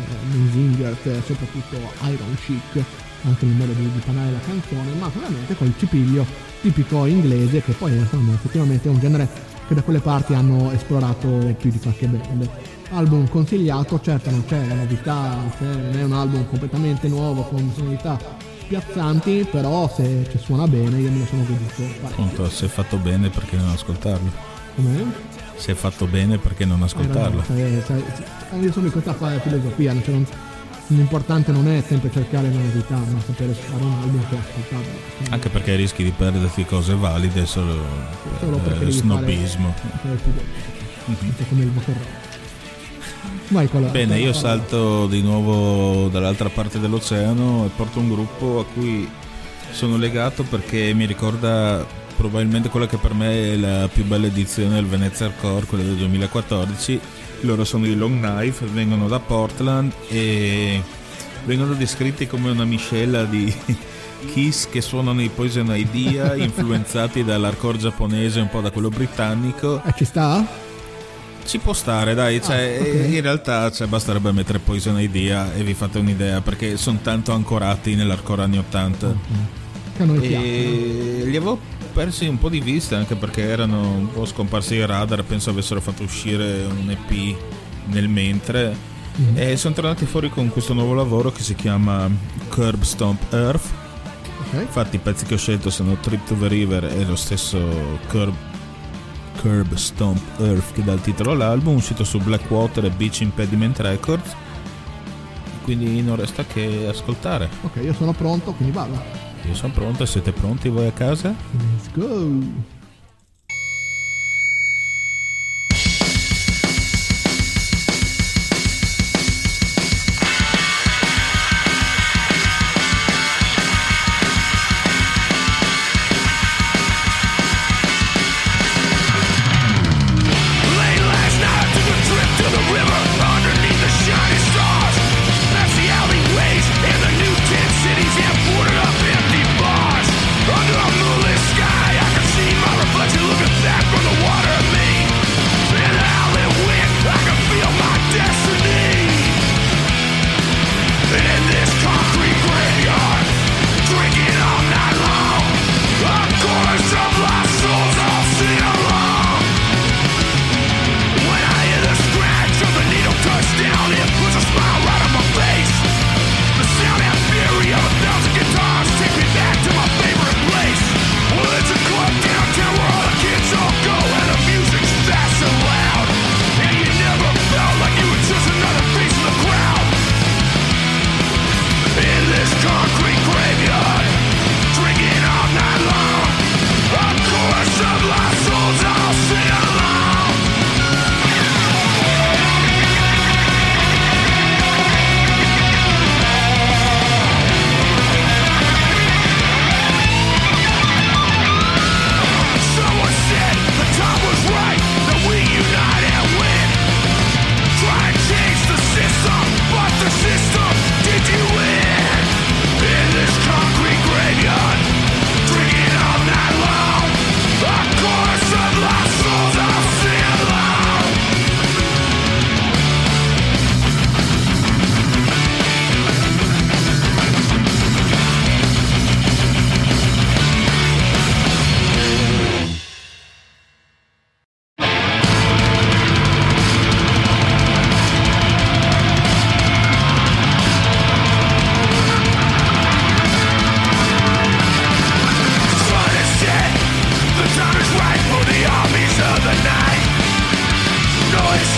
Zingert, soprattutto Iron Chic, anche nel modo di, di parlare la canzone, ma veramente col cipiglio tipico inglese, che poi insomma, effettivamente è un genere che da quelle parti hanno esplorato più di qualche band. Album consigliato, certo non c'è la novità, cioè non è un album completamente nuovo con sonorità piazzanti, però se ci suona bene io me lo sono goduto parecchio. Appunto, se è fatto bene perché non ascoltarlo? Com'è? Se è fatto bene perché non ascoltarlo? Eh, cioè, cioè, io sono in questa filosofia, cioè non, l'importante non è sempre cercare la novità, ma sapere fare un album che è ascoltabile. Quindi, anche perché rischi di perderti cose valide solo, solo per perché snobismo. Fare, mm-hmm. come il motorrone. Vai, bene, io salto di nuovo dall'altra parte dell'oceano e porto un gruppo a cui sono legato perché mi ricorda probabilmente quella che per me è la più bella edizione del Venezia Hardcore, quella del duemilaquattordici. Loro sono i Long Knife, vengono da Portland e vengono descritti come una miscela di Kiss che suonano i Poison Idea, influenzati dall'hardcore giapponese e un po' da quello britannico. E ci sta? Ci può stare, dai, cioè, ah, okay. In realtà cioè, basterebbe mettere Poison Idea e vi fate un'idea, perché sono tanto ancorati nell'hardcore anni ottanta. Mm-hmm. E piace, li avevo persi un po' di vista, anche perché erano un po' scomparsi i radar, penso avessero fatto uscire un E P nel mentre, mm-hmm. e sono tornati fuori con questo nuovo lavoro che si chiama Curb Stomp Earth. Okay. Infatti i pezzi che ho scelto sono Trip to the River e lo stesso Curb Curb Stomp Earth che dà il titolo all'album, uscito su Blackwater e Beach Impediment Records. Quindi non resta che ascoltare. Ok, io sono pronto, quindi vado. Io sono pronto, siete pronti voi a casa? Let's go!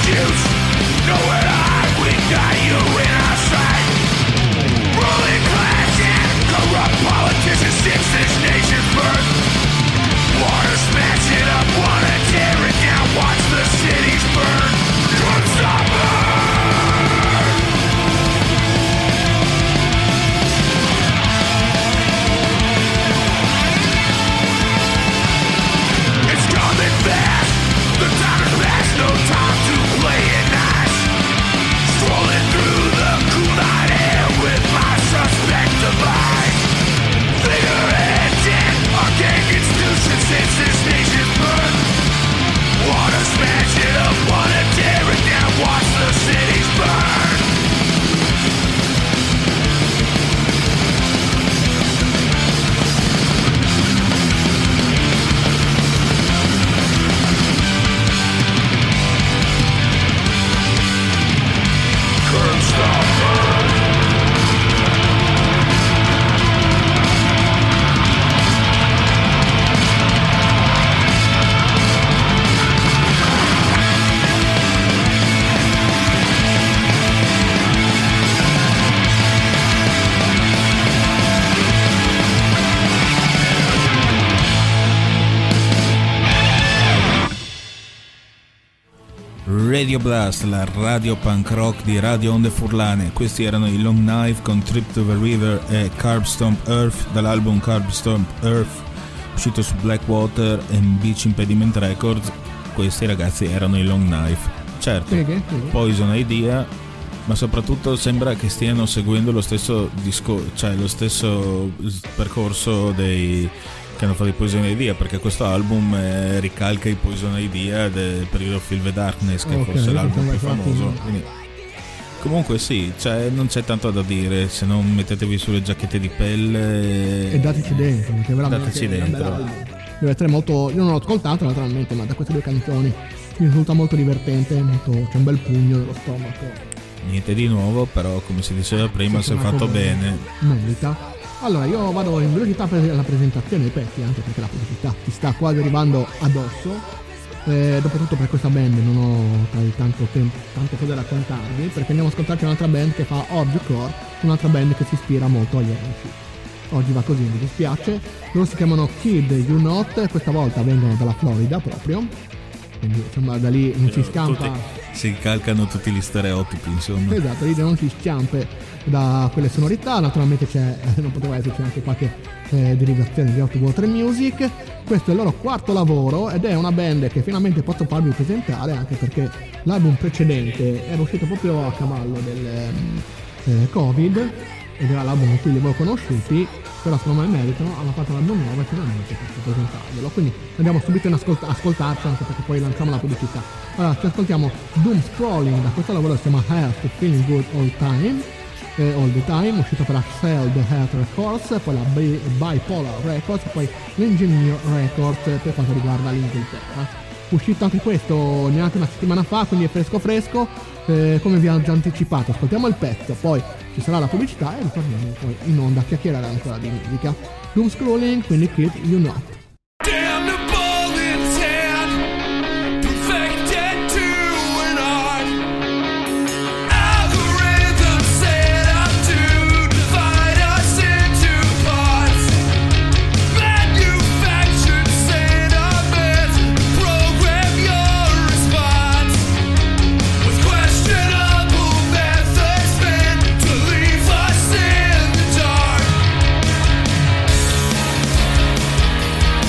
Radio Blast, la radio punk rock di Radio Onde Furlane. Questi erano i Long Knife con Trip to the River e Carb Stomp Earth dall'album Carb Stomp Earth uscito su Blackwater e Beach Impediment Records. Questi ragazzi erano i Long Knife. Certo, Fighe, fighe. Poison Idea, ma soprattutto sembra che stiano seguendo lo stesso disco, cioè lo stesso percorso dei che hanno fatto i Poison Idea, perché questo album eh, ricalca i Poison Idea del periodo Feel the Darkness, che Ok, è forse l'album più infatti, famoso. no. Quindi, comunque sì, cioè, non c'è tanto da dire, se non mettetevi sulle giacchette di pelle E dateci dentro, perché veramente dateci è un dentro. bel album. Deve essere molto. Io non l'ho ascoltato naturalmente, ma da queste due canzoni mi risulta molto divertente, molto, c'è un bel pugno dello stomaco. Niente di nuovo, però come si diceva prima, Sì, se ma fatto come bene. merita. Allora io vado in velocità per la presentazione dei pezzi, anche perché la pubblicità ci sta quasi arrivando addosso. Eh, dopotutto per questa band non ho t- tanto tempo, tante cose da raccontarvi, perché andiamo ad ascoltarci un'altra band che fa Objucore, un'altra band che si ispira molto agli Amici. Oggi va così, mi dispiace. Loro si chiamano Kid You Not, questa volta vengono dalla Florida proprio, quindi insomma da lì non si scampa. Tutti, si calcano tutti gli stereotipi, insomma. Esatto, lì non si sciampe da quelle sonorità, naturalmente c'è, non poteva esserci anche qualche eh, derivazione di Hot Water Music. Questo è il loro quarto lavoro ed è una band che finalmente posso farvi presentare, anche perché l'album precedente era uscito proprio a cavallo del eh, Covid ed era l'album con cui li avevo conosciuti, però secondo me meritano, hanno fatto l'album nuovo e finalmente posso presentarvelo, quindi andiamo subito in ascolt- ascoltarci, anche perché poi lanciamo la pubblicità. Allora ci ascoltiamo Doom Scrolling da questo lavoro che si chiama Health Feeling Good All Time eh, All the Time, uscito per Axel The Health Records, poi la Bi- Bipolar Records, poi l'Engineer Records per quanto riguarda l'Inghilterra. Uscito anche questo neanche una settimana fa, quindi è fresco fresco, eh, come vi ho già anticipato. Ascoltiamo il pezzo, poi ci sarà la pubblicità e ritorniamo poi in onda a chiacchierare ancora di musica. Doom Scrolling, quindi Kid You Not. Dark.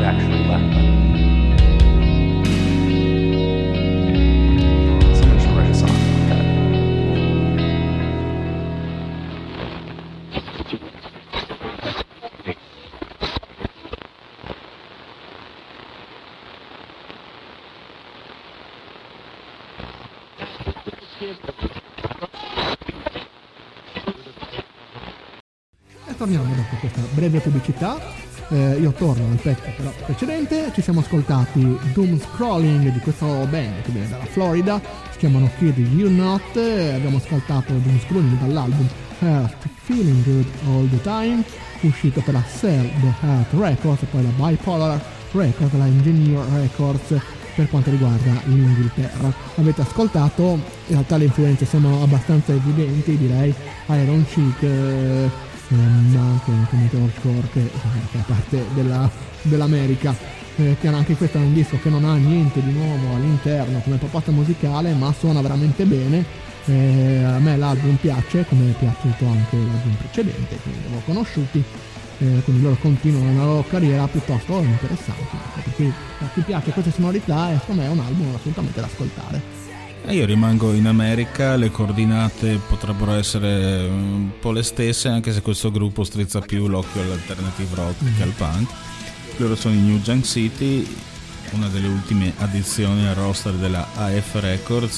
actually left them. Someone should write a song about that. E torniamo dopo questa breve pubblicità. Eh, io torno al pezzo però precedente. Ci siamo ascoltati Doom Scrolling di questo band che viene dalla Florida, si chiamano Kid You Not. Eh, abbiamo ascoltato Doom Scrolling dall'album Heart Feeling Good All The Time, uscito per la Sell the Heart Records e poi la Bipolar Records, la Engineer Records per quanto riguarda l'Inghilterra. Avete ascoltato, in realtà le influenze sono abbastanza evidenti, direi Iron Chic, eh, ma anche, anche Metalcore, che, che è parte della, dell'America, eh, che anche questo è un disco che non ha niente di nuovo all'interno come proposta musicale, ma suona veramente bene. Eh, a me l'album piace, come è piaciuto anche l'album precedente, quindi li avevo conosciuti. Eh, quindi loro continuano la loro carriera piuttosto interessante, per cui a chi piace queste sonorità, e secondo me è un album assolutamente da ascoltare. E io rimango in America, le coordinate potrebbero essere un po' le stesse, anche se questo gruppo strizza più l'occhio all'alternative rock mm. che al punk. Loro sono i New Junk City, una delle ultime addizioni al roster della A F Records.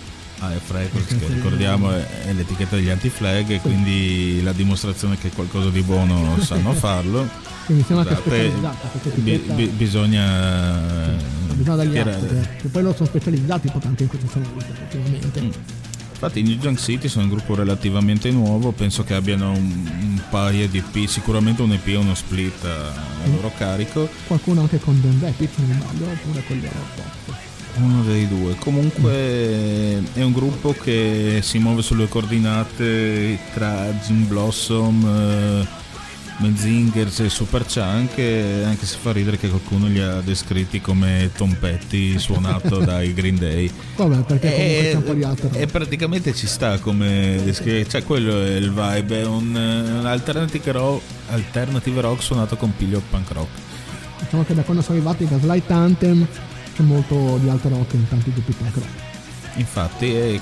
A F Records, che ricordiamo è l'etichetta degli Anti-Flag, e quindi la dimostrazione che qualcosa di buono sanno farlo. Quindi siamo anche specializzati, bi- bi- bisogna bisogna dagli altri, che poi loro sono specializzati proprio anche in queste sonorità effettivamente. Mm. Infatti i New Junk City sono un gruppo relativamente nuovo, penso che abbiano un, un paio di E P, sicuramente un E P e uno split a, a mm. loro carico. Qualcuno anche con Dan Rapid, se non sbaglio, oppure con gli Aeroport. Uno dei due. Comunque mm. è un gruppo che si muove sulle coordinate tra Gin Blossom, eh, Menzingers e Superchunk, anche se fa ridere che qualcuno li ha descritti come Tom Petty suonato dai Green Day. Vabbè, perché comunque c'è un po' di altro. E praticamente ci sta come descrivere, cioè quello è il vibe, è un, un alternative rock, alternative rock suonato con piglio punk rock. Diciamo che da quando sono arrivati i Gaslight Anthem c'è molto di alto rock in tanti gruppi punk rock. Infatti, e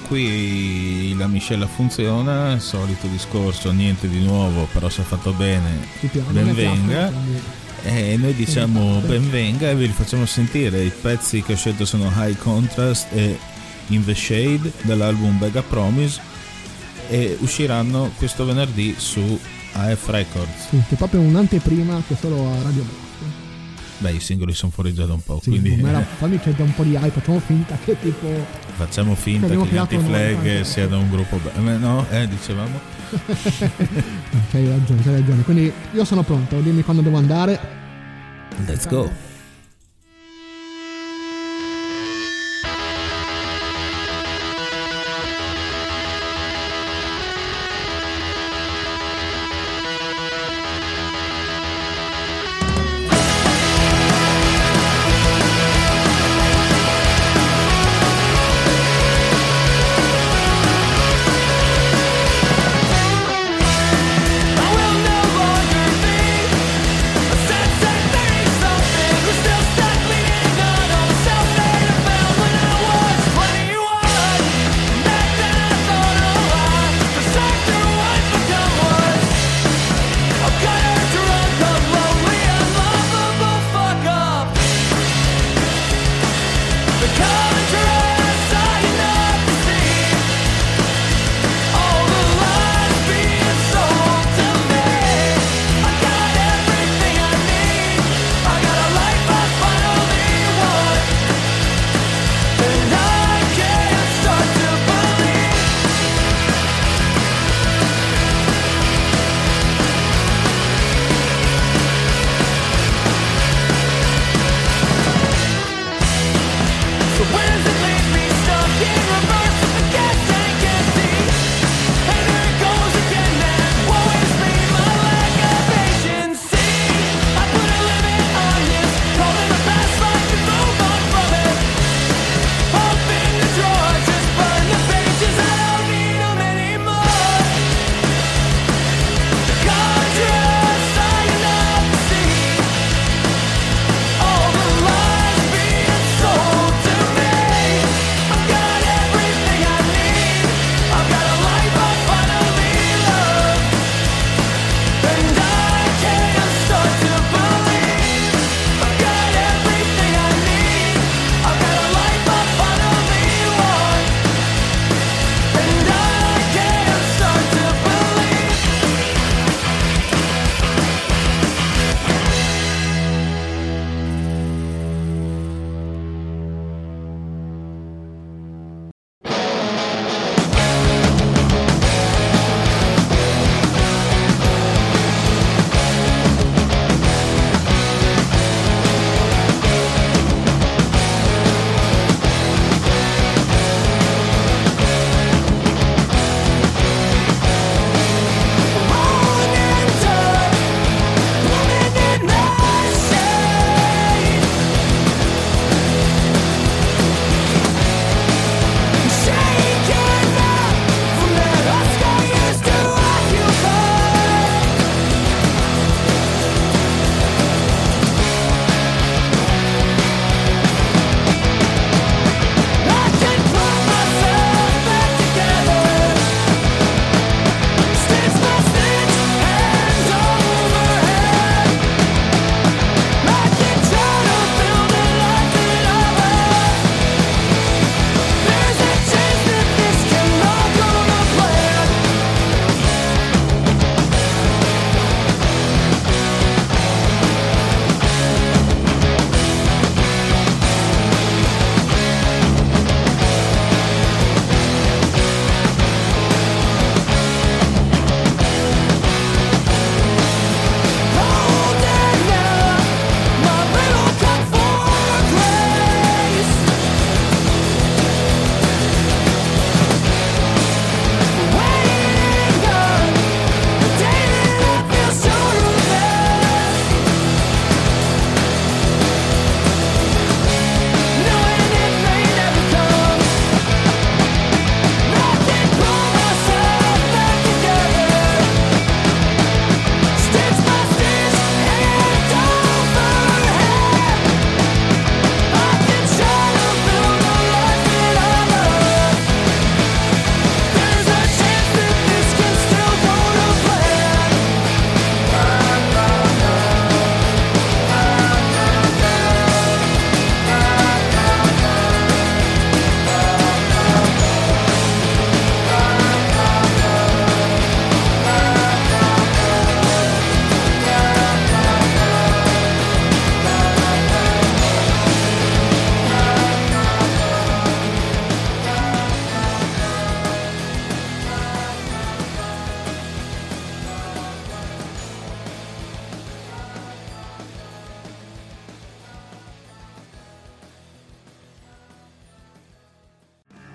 qui la miscela funziona, solito discorso, niente di nuovo, però se fatto bene, ben venga. E noi diciamo ben venga e vi facciamo sentire. I pezzi che ho scelto sono High Contrast e In the Shade dall'album Bega Promise, e usciranno questo venerdì su A F Records. Sì, che è proprio un'anteprima che solo a Radio Blast. Beh, i singoli sono fuori già da un po', sì, quindi fammi c'è già un po' di hype, facciamo finta che tipo facciamo finta che gli Anti-Flag siano un gruppo bello. No, eh, dicevamo. C'hai ragione, c'hai ragione. Quindi io sono pronto, dimmi quando devo andare. Let's go. I will no longer be a sad, sad thirty-something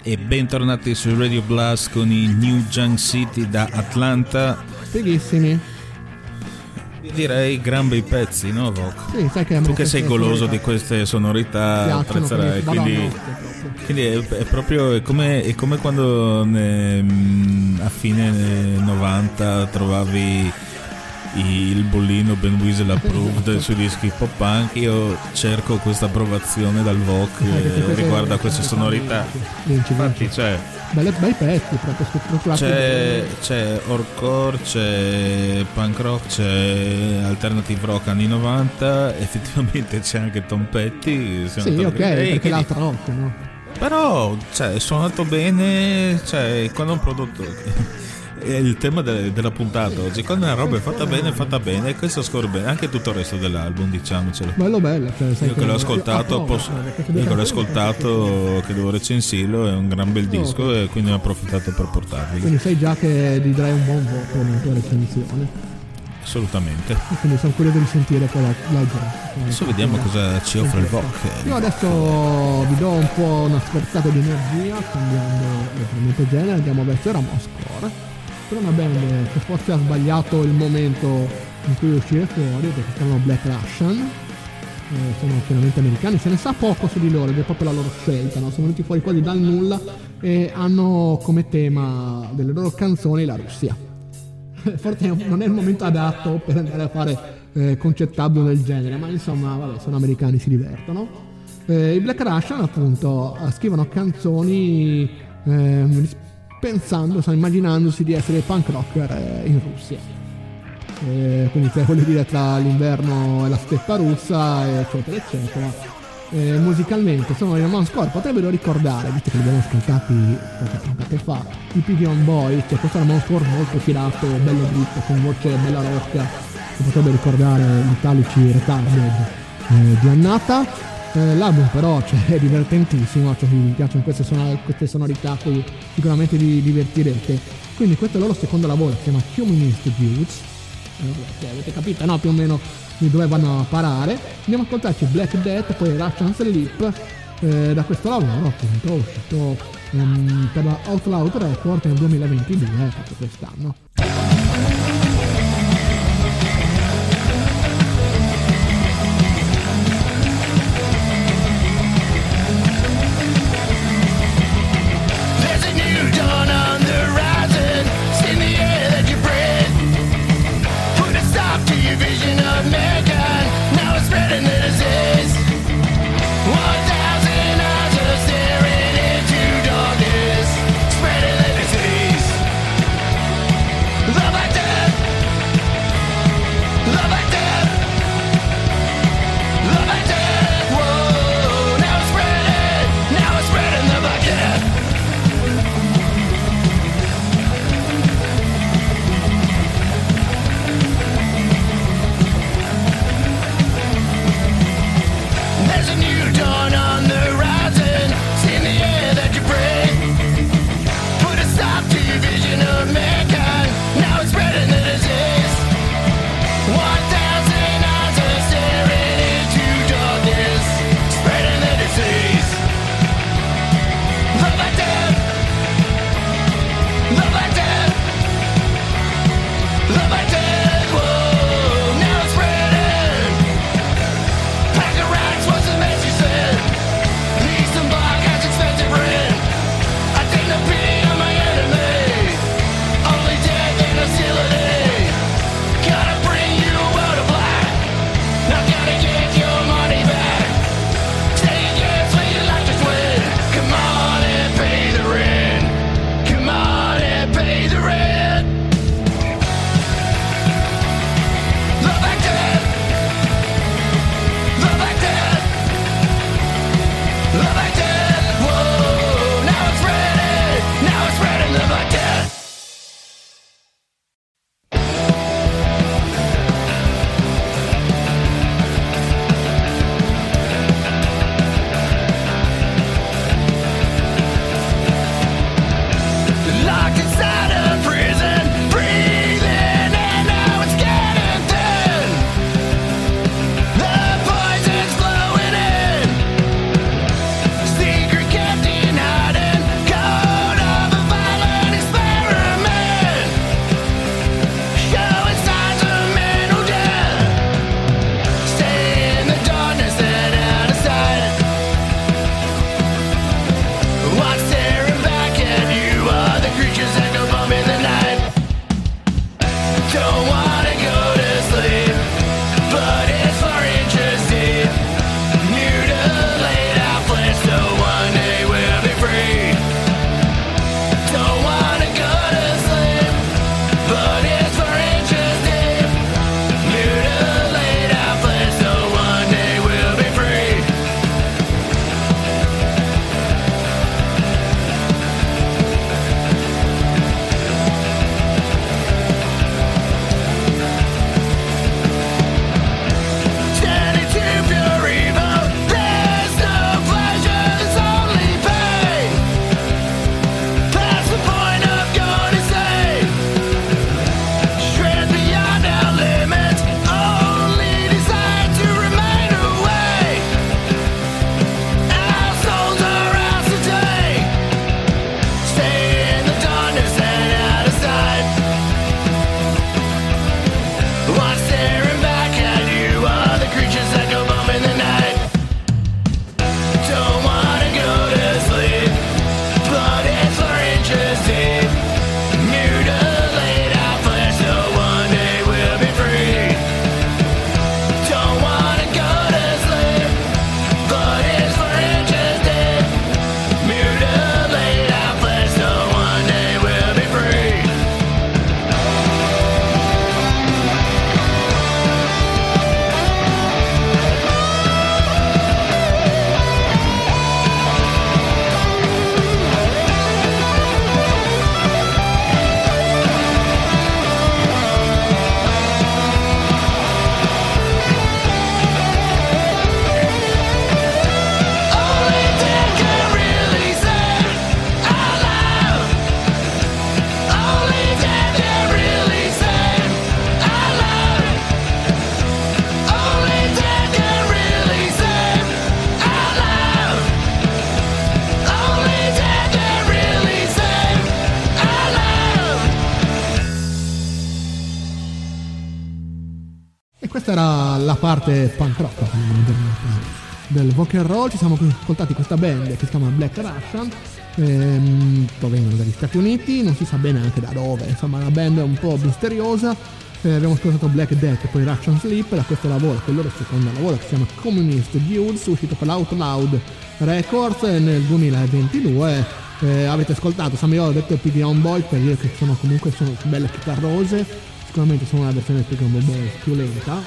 e bentornati su Radio Blast con i New Junk City da Atlanta. Fighissimi. Direi gran bei pezzi, no Vok? Sì, sai che tu che sei goloso sonorità. Di queste sonorità apprezzerai, quindi, quindi è, è proprio è come, è come quando ne, a fine novanta trovavi il bollino Ben Weasel approved sui dischi pop punk. Io cerco questa approvazione dal Vok eh, riguardo a queste sonorità. Infatti c'è Belle, bei pezzi proprio strutturati. C'è, c'è horrorcore, c'è punk rock, c'è alternative rock anni novanta, effettivamente c'è anche Tom Petty. Sì, ok, perché quindi... l'altro rock, no? Però, cioè, è suonato bene, cioè, quando un prodotto... È il tema de- della puntata oggi, quando una roba è fatta bene è fatta bene e questo scorre bene, anche tutto il resto dell'album, diciamocelo. Bello bello, cioè, sai io che, che l'ho ascoltato, io, posso, io che l'ho ascoltato che devo recensirlo, è un gran bel disco oh, e quindi ho approfittato per portarvi. Quindi sai già che gli darai un buon voto nella tua recensione. Assolutamente. E quindi sono curioso di sentire poi la, la adesso vediamo cosa ci offre il Vok. Io adesso vi do un po' una sferzata di energia cambiando leggermente genere, andiamo verso Ramorscore, per una band che forse ha sbagliato il momento in cui uscire fuori, perché si chiamano Black Russian, eh, sono chiaramente americani, se ne sa poco su di loro ed è proprio la loro scelta, no? Sono venuti fuori quasi dal nulla e hanno come tema delle loro canzoni la Russia. Forse non è il momento adatto per andare a fare eh, concettabile del genere, ma insomma vabbè, sono americani, si divertono. Eh, i Black Russian appunto scrivono canzoni eh, pensando, so, immaginandosi di essere punk rocker eh, in Russia, eh, quindi cioè, voglio dire tra l'inverno e la steppa russa eccetera eccetera. Eh, musicalmente sono i Ramorscore, potrebbero ricordare, visto che li abbiamo ascoltati qualche puntate fa, i Pigeon Boys, cioè questo Ramorscore molto tirato, bello dritto, con voce bella rocca, che potrebbe ricordare gli Italici Retarded eh, di Annata. Eh, l'album però cioè, è divertentissimo, cioè, mi piacciono queste, son- queste sonorità, qui sicuramente vi divertirete. Quindi questo è il loro secondo lavoro, si chiama Communist Youths, eh, avete capito, no? Più o meno di dove vanno a parare. Andiamo a ascoltarci Black Death, poi Russian Sleep, eh, da questo lavoro appunto uscito um, per la Outloud Record nel duemilaventidue, eh, proprio quest'anno. Spreading like disease. questa era la parte punk rock del rock and roll. Ci siamo ascoltati questa band che si chiama Black Russian, ehm, provengono dagli Stati Uniti, non si sa bene anche da dove, insomma una band un po' misteriosa. Eh, abbiamo ascoltato Black Death e poi Russian Sleep da questo lavoro, che è il loro secondo lavoro, che si chiama Communist Dudes, uscito per l'Out Loud Records nel duemilaventidue. Eh, avete ascoltato, Sam, io ho detto Piggy On Boy per dire che sono comunque sono belle chitarrose, sicuramente sono una versione di Piggy On Boy più lenta,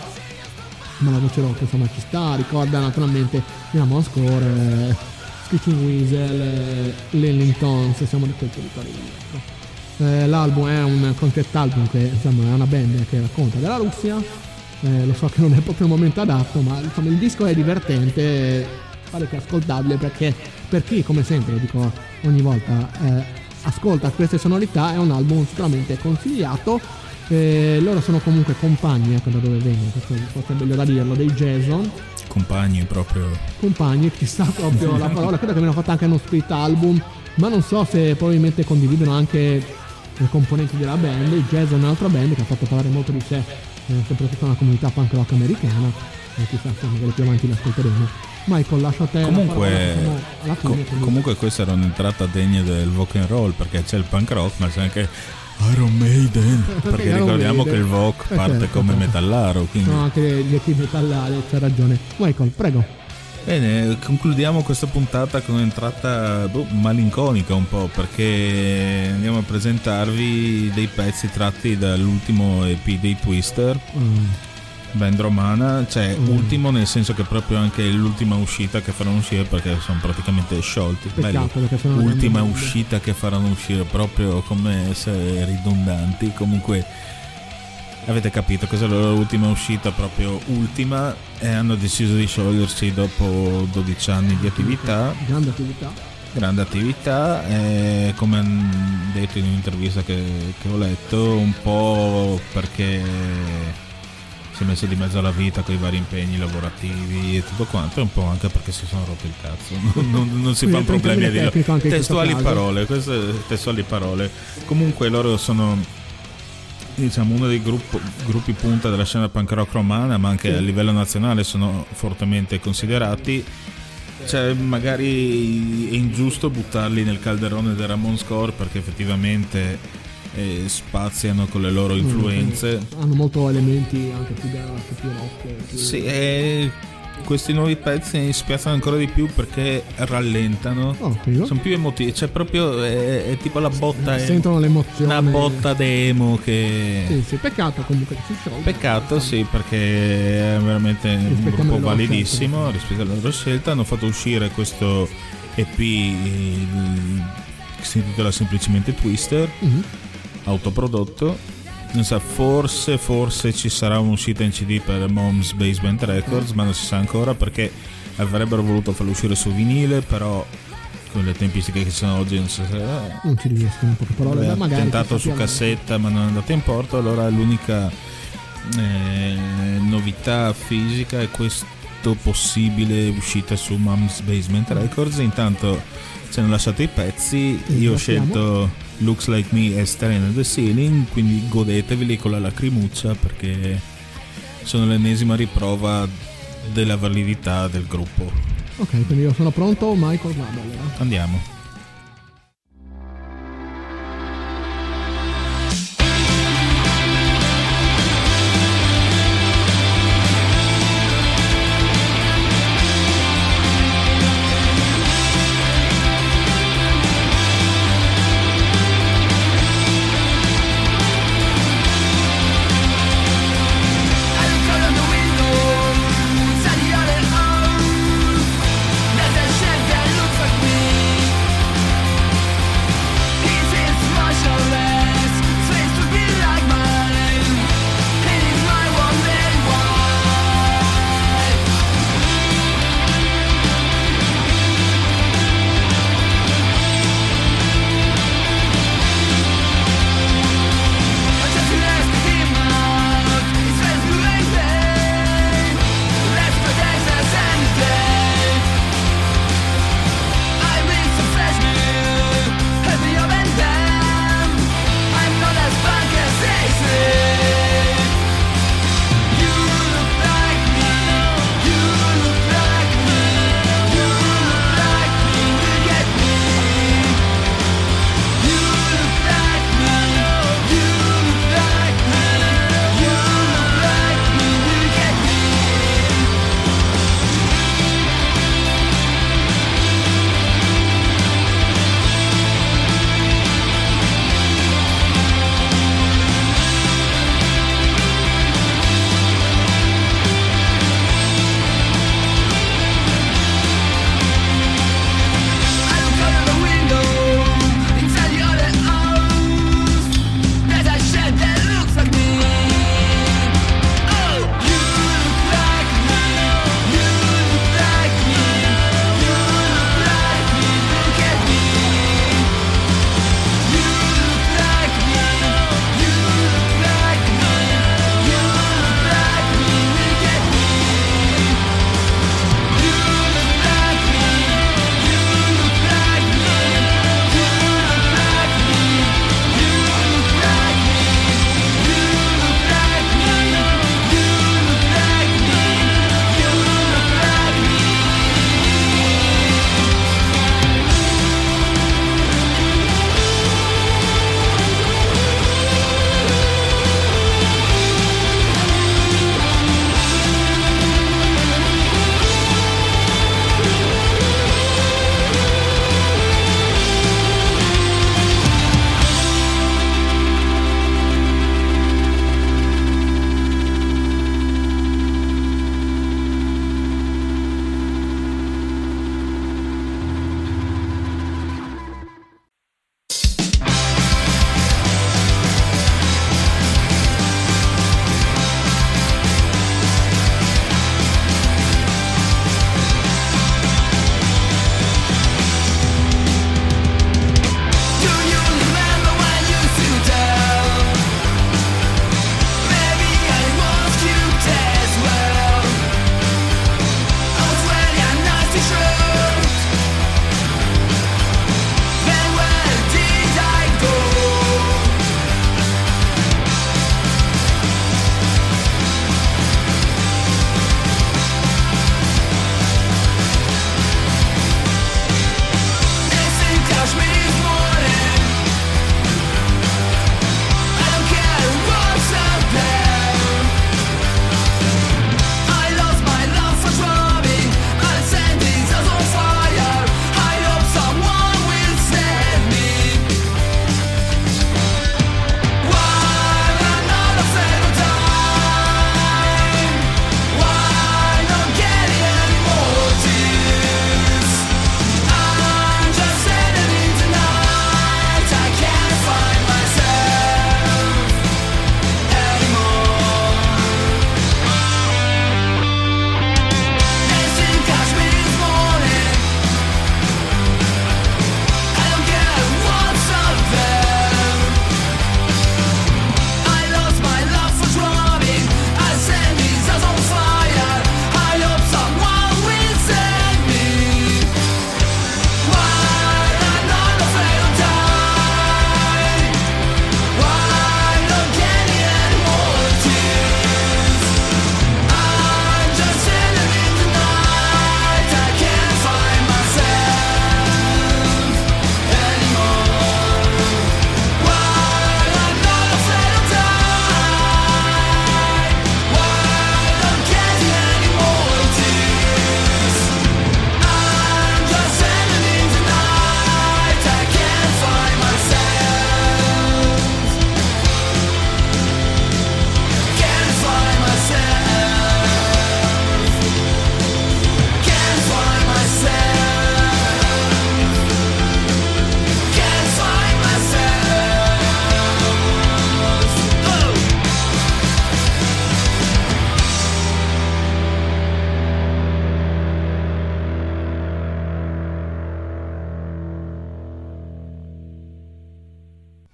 ma la voce rock insomma ci sta, ricorda naturalmente Diamond Score, eh, Screeching Weasel, eh, Lillingtons, siamo di quel territorio lì. Eh, l'album è un concept album che insomma è una band che racconta della Russia, eh, lo so che non è proprio il momento adatto, ma insomma il disco è divertente, pare che è ascoltabile, perché per chi, come sempre lo dico ogni volta, eh, ascolta queste sonorità, è un album sicuramente consigliato. Eh, loro sono comunque compagni, ecco da dove vengono, questo forse è meglio da dirlo, dei Jason. Compagni proprio. Compagni, chissà proprio la parola, credo che abbiano fatto anche uno split album, ma non so se probabilmente condividono anche i componenti della band. Il Jason è un'altra band che ha fatto parlare molto di sé, eh, soprattutto nella comunità punk rock americana, e chissà se magari più avanti l'ascolteremo. Michael, lascio a te comunque, la parola, fine, com- comunque questa era un'entrata degna del rock and roll, perché c'è il punk rock ma c'è anche Iron Maiden, perché, perché ricordiamo Maiden. Che il rock eh parte certo, come certo. metallaro, quindi sono anche gli equipi metallari, c'è ragione. Michael, prego. Bene, concludiamo questa puntata con un'entrata boh, malinconica un po', perché andiamo a presentarvi dei pezzi tratti dall'ultimo E P dei Twister, mm. band romana, cioè mm. ultimo nel senso che proprio anche l'ultima uscita che faranno uscire, perché sono praticamente sciolti. Peccato, perché sono ultima uscita che faranno uscire, proprio come essere ridondanti. Comunque avete capito cos'è la loro ultima uscita, proprio ultima, e hanno deciso di sciogliersi dopo dodici anni di attività. Grande attività. Grande attività, e come hanno detto in un'intervista che, che ho letto, un po' perché si è messo di mezzo alla vita con i vari impegni lavorativi e tutto quanto, e un po' anche perché si sono rotti il cazzo. Non, non, non si fanno problemi a dirlo. Testuali parole, queste testuali parole. Comunque loro sono, diciamo, uno dei gruppo, gruppi punta della scena punk rock romana, ma anche sì. a livello nazionale sono fortemente considerati. Cioè, magari è ingiusto buttarli nel calderone del Ramon Score, perché effettivamente eh, spaziano con le loro influenze. Mm, hanno molto elementi anche più da più rock. Più... Sì, e questi nuovi pezzi mi spiazzano ancora di più perché rallentano, oh, sono più emotivi, cioè proprio è, è tipo la botta, S- sentono l'emozione, una botta demo che sì, sì, peccato comunque che si sciolga. Peccato, sì, perché è veramente un gruppo validissimo scelta, rispetto alla loro scelta. Hanno fatto uscire questo E P che si intitola semplicemente Twister, mm-hmm. autoprodotto. Non so, forse forse ci sarà un'uscita in C D per Mom's Basement Records, ma non si sa ancora, perché avrebbero voluto farlo uscire su vinile, però con le tempistiche che ci sono oggi non so se non ci riescono, in poche parole. Beh, magari tentato su cassetta ma non è andato in porto. Allora l'unica eh, novità fisica è questo possibile uscita su Mom's Basement Records. Intanto ci hanno lasciato i pezzi, io ho scelto Looks Like Me e Staring at the Ceiling, quindi godeteveli con la lacrimuccia, perché sono l'ennesima riprova della validità del gruppo. Ok, quindi io sono pronto, Michael, vado allora. Andiamo. There's a chef that looks like me.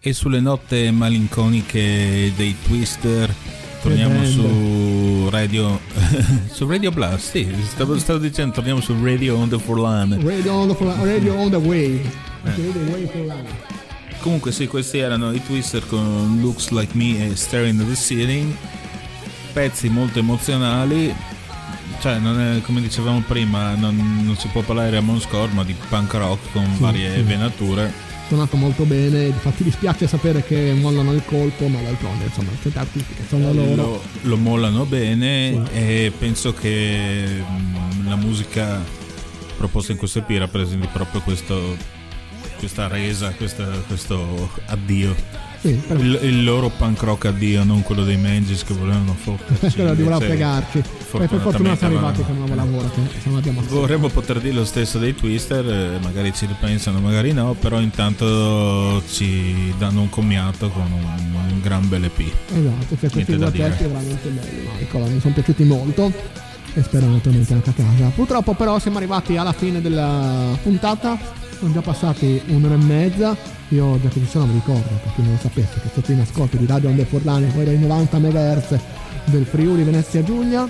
E sulle note malinconiche dei Twister torniamo su Radio su Radio Blast. Sì, stavo, stavo dicendo torniamo su Radio on the Forlan. Radio on the Forlan, Radio on the Wave. Eh. Radio Wave Forlan. Comunque sì, questi erano i Twister con Looks Like Me e Staring at the Ceiling, pezzi molto emozionali. Cioè, non è, come dicevamo prima, non, non si può parlare di Ramones Core, ma di punk rock con sì, varie sì. venature. Suonato molto bene, infatti dispiace sapere che mollano il colpo, ma d'altronde insomma le scelte artistiche sono loro. Lo, lo mollano bene, sì. E penso che mh, la musica proposta in questo E P rappresenti proprio questo, questa resa, questa, questo addio. Sì, il, il loro punk rock addio, non quello dei Mangis che volevano fotterci. Quello di voleva fregarci. Poi per fortuna siamo arrivati con un nuovo lavoro che insomma, abbiamo vorremmo poter dire lo stesso dei Twister, eh, magari ci ripensano, magari no, però intanto ci danno un commiato con un, un gran bel E P. Esatto, cioè questi due testi veramente belli, no? Nicola, mi sono piaciuti molto e spero naturalmente anche a casa. Purtroppo però siamo arrivati alla fine della puntata, sono già passati un'ora e mezza. Io già che ci sono mi ricordo, per chi non lo sapesse, che sotto in ascolto di Radio Onde Forlane, poi dai novanta megahertz del Friuli Venezia Giulia.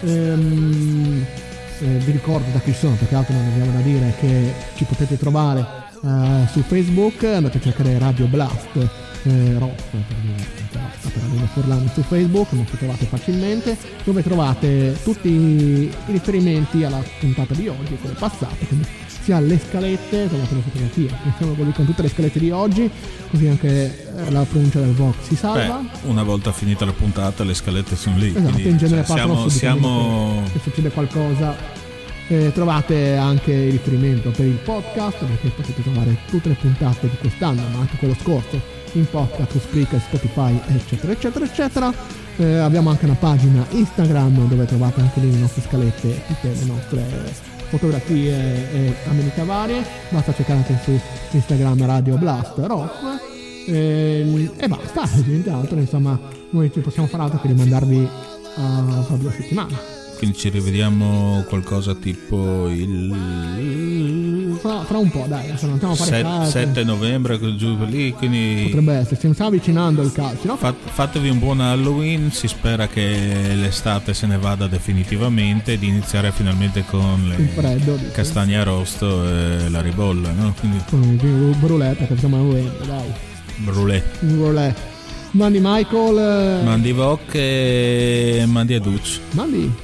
Ehm, eh, vi ricordo da chi sono, perché altro non abbiamo da dire, che ci potete trovare eh, su Facebook, andate a cercare Radio Blast eh, Rock per Radio Onde Forlane su Facebook, non ci trovate facilmente, dove trovate tutti i riferimenti alla puntata di oggi, quelle passate, quindi sia le scalette, trovate le fotografie, iniziamo così con tutte le scalette di oggi, così anche la pronuncia del Vox si salva. Beh, una volta finita la puntata le scalette sono lì, esatto, quindi, in genere cioè, siamo, siamo... se succede qualcosa eh, trovate anche il riferimento per il podcast, perché potete trovare tutte le puntate di quest'anno ma anche quello scorso in podcast su Spreaker, Spotify eccetera eccetera eccetera. Eh, abbiamo anche una pagina Instagram dove trovate anche lì le nostre scalette, tutte le nostre fotografie e amenità varie. Basta cercare anche su Instagram Radio Blast Rock e, e basta, niente altro. Insomma, noi ci possiamo fare altro che rimandarvi a fra due settimane. Quindi ci rivediamo qualcosa tipo il fra, fra un po', dai, adesso non stiamo a fare caso. sette novembre, giù per lì, quindi potrebbe essere, si sta avvicinando il calcio, no? Fat, fatevi un buon Halloween, si spera che l'estate se ne vada definitivamente, di iniziare finalmente con le freddo, castagne arrosto e la ribolla, no? Quindi con il brulè, perché siamo a novembre, dai. Brulè. Brulè. Mandi Michael. Mandi Voc e mandi Aduc. Mandi.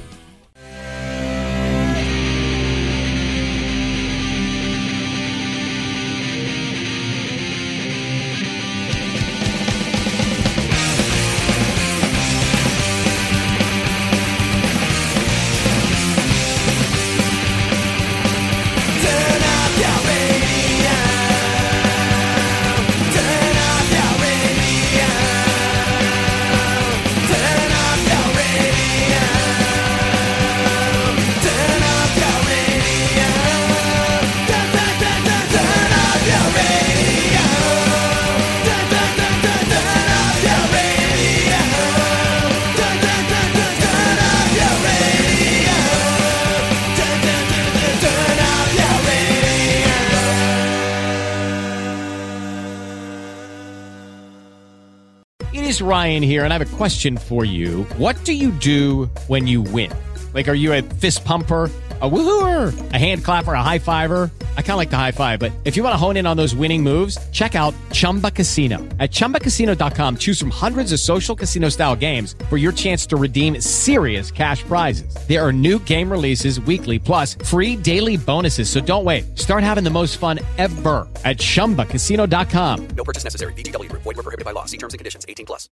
Ryan here, and I have a question for you. What do you do when you win? Like, are you a fist pumper, a woohooer, a hand clapper, a high fiver? I kind of like the high five, but if you want to hone in on those winning moves, check out Chumba Casino. At chumba casino dot com, choose from hundreds of social casino style games for your chance to redeem serious cash prizes. There are new game releases weekly, plus free daily bonuses. So don't wait. Start having the most fun ever at chumba casino dot com. No purchase necessary. V G W Group. Void where prohibited by law. See terms and conditions. eighteen plus.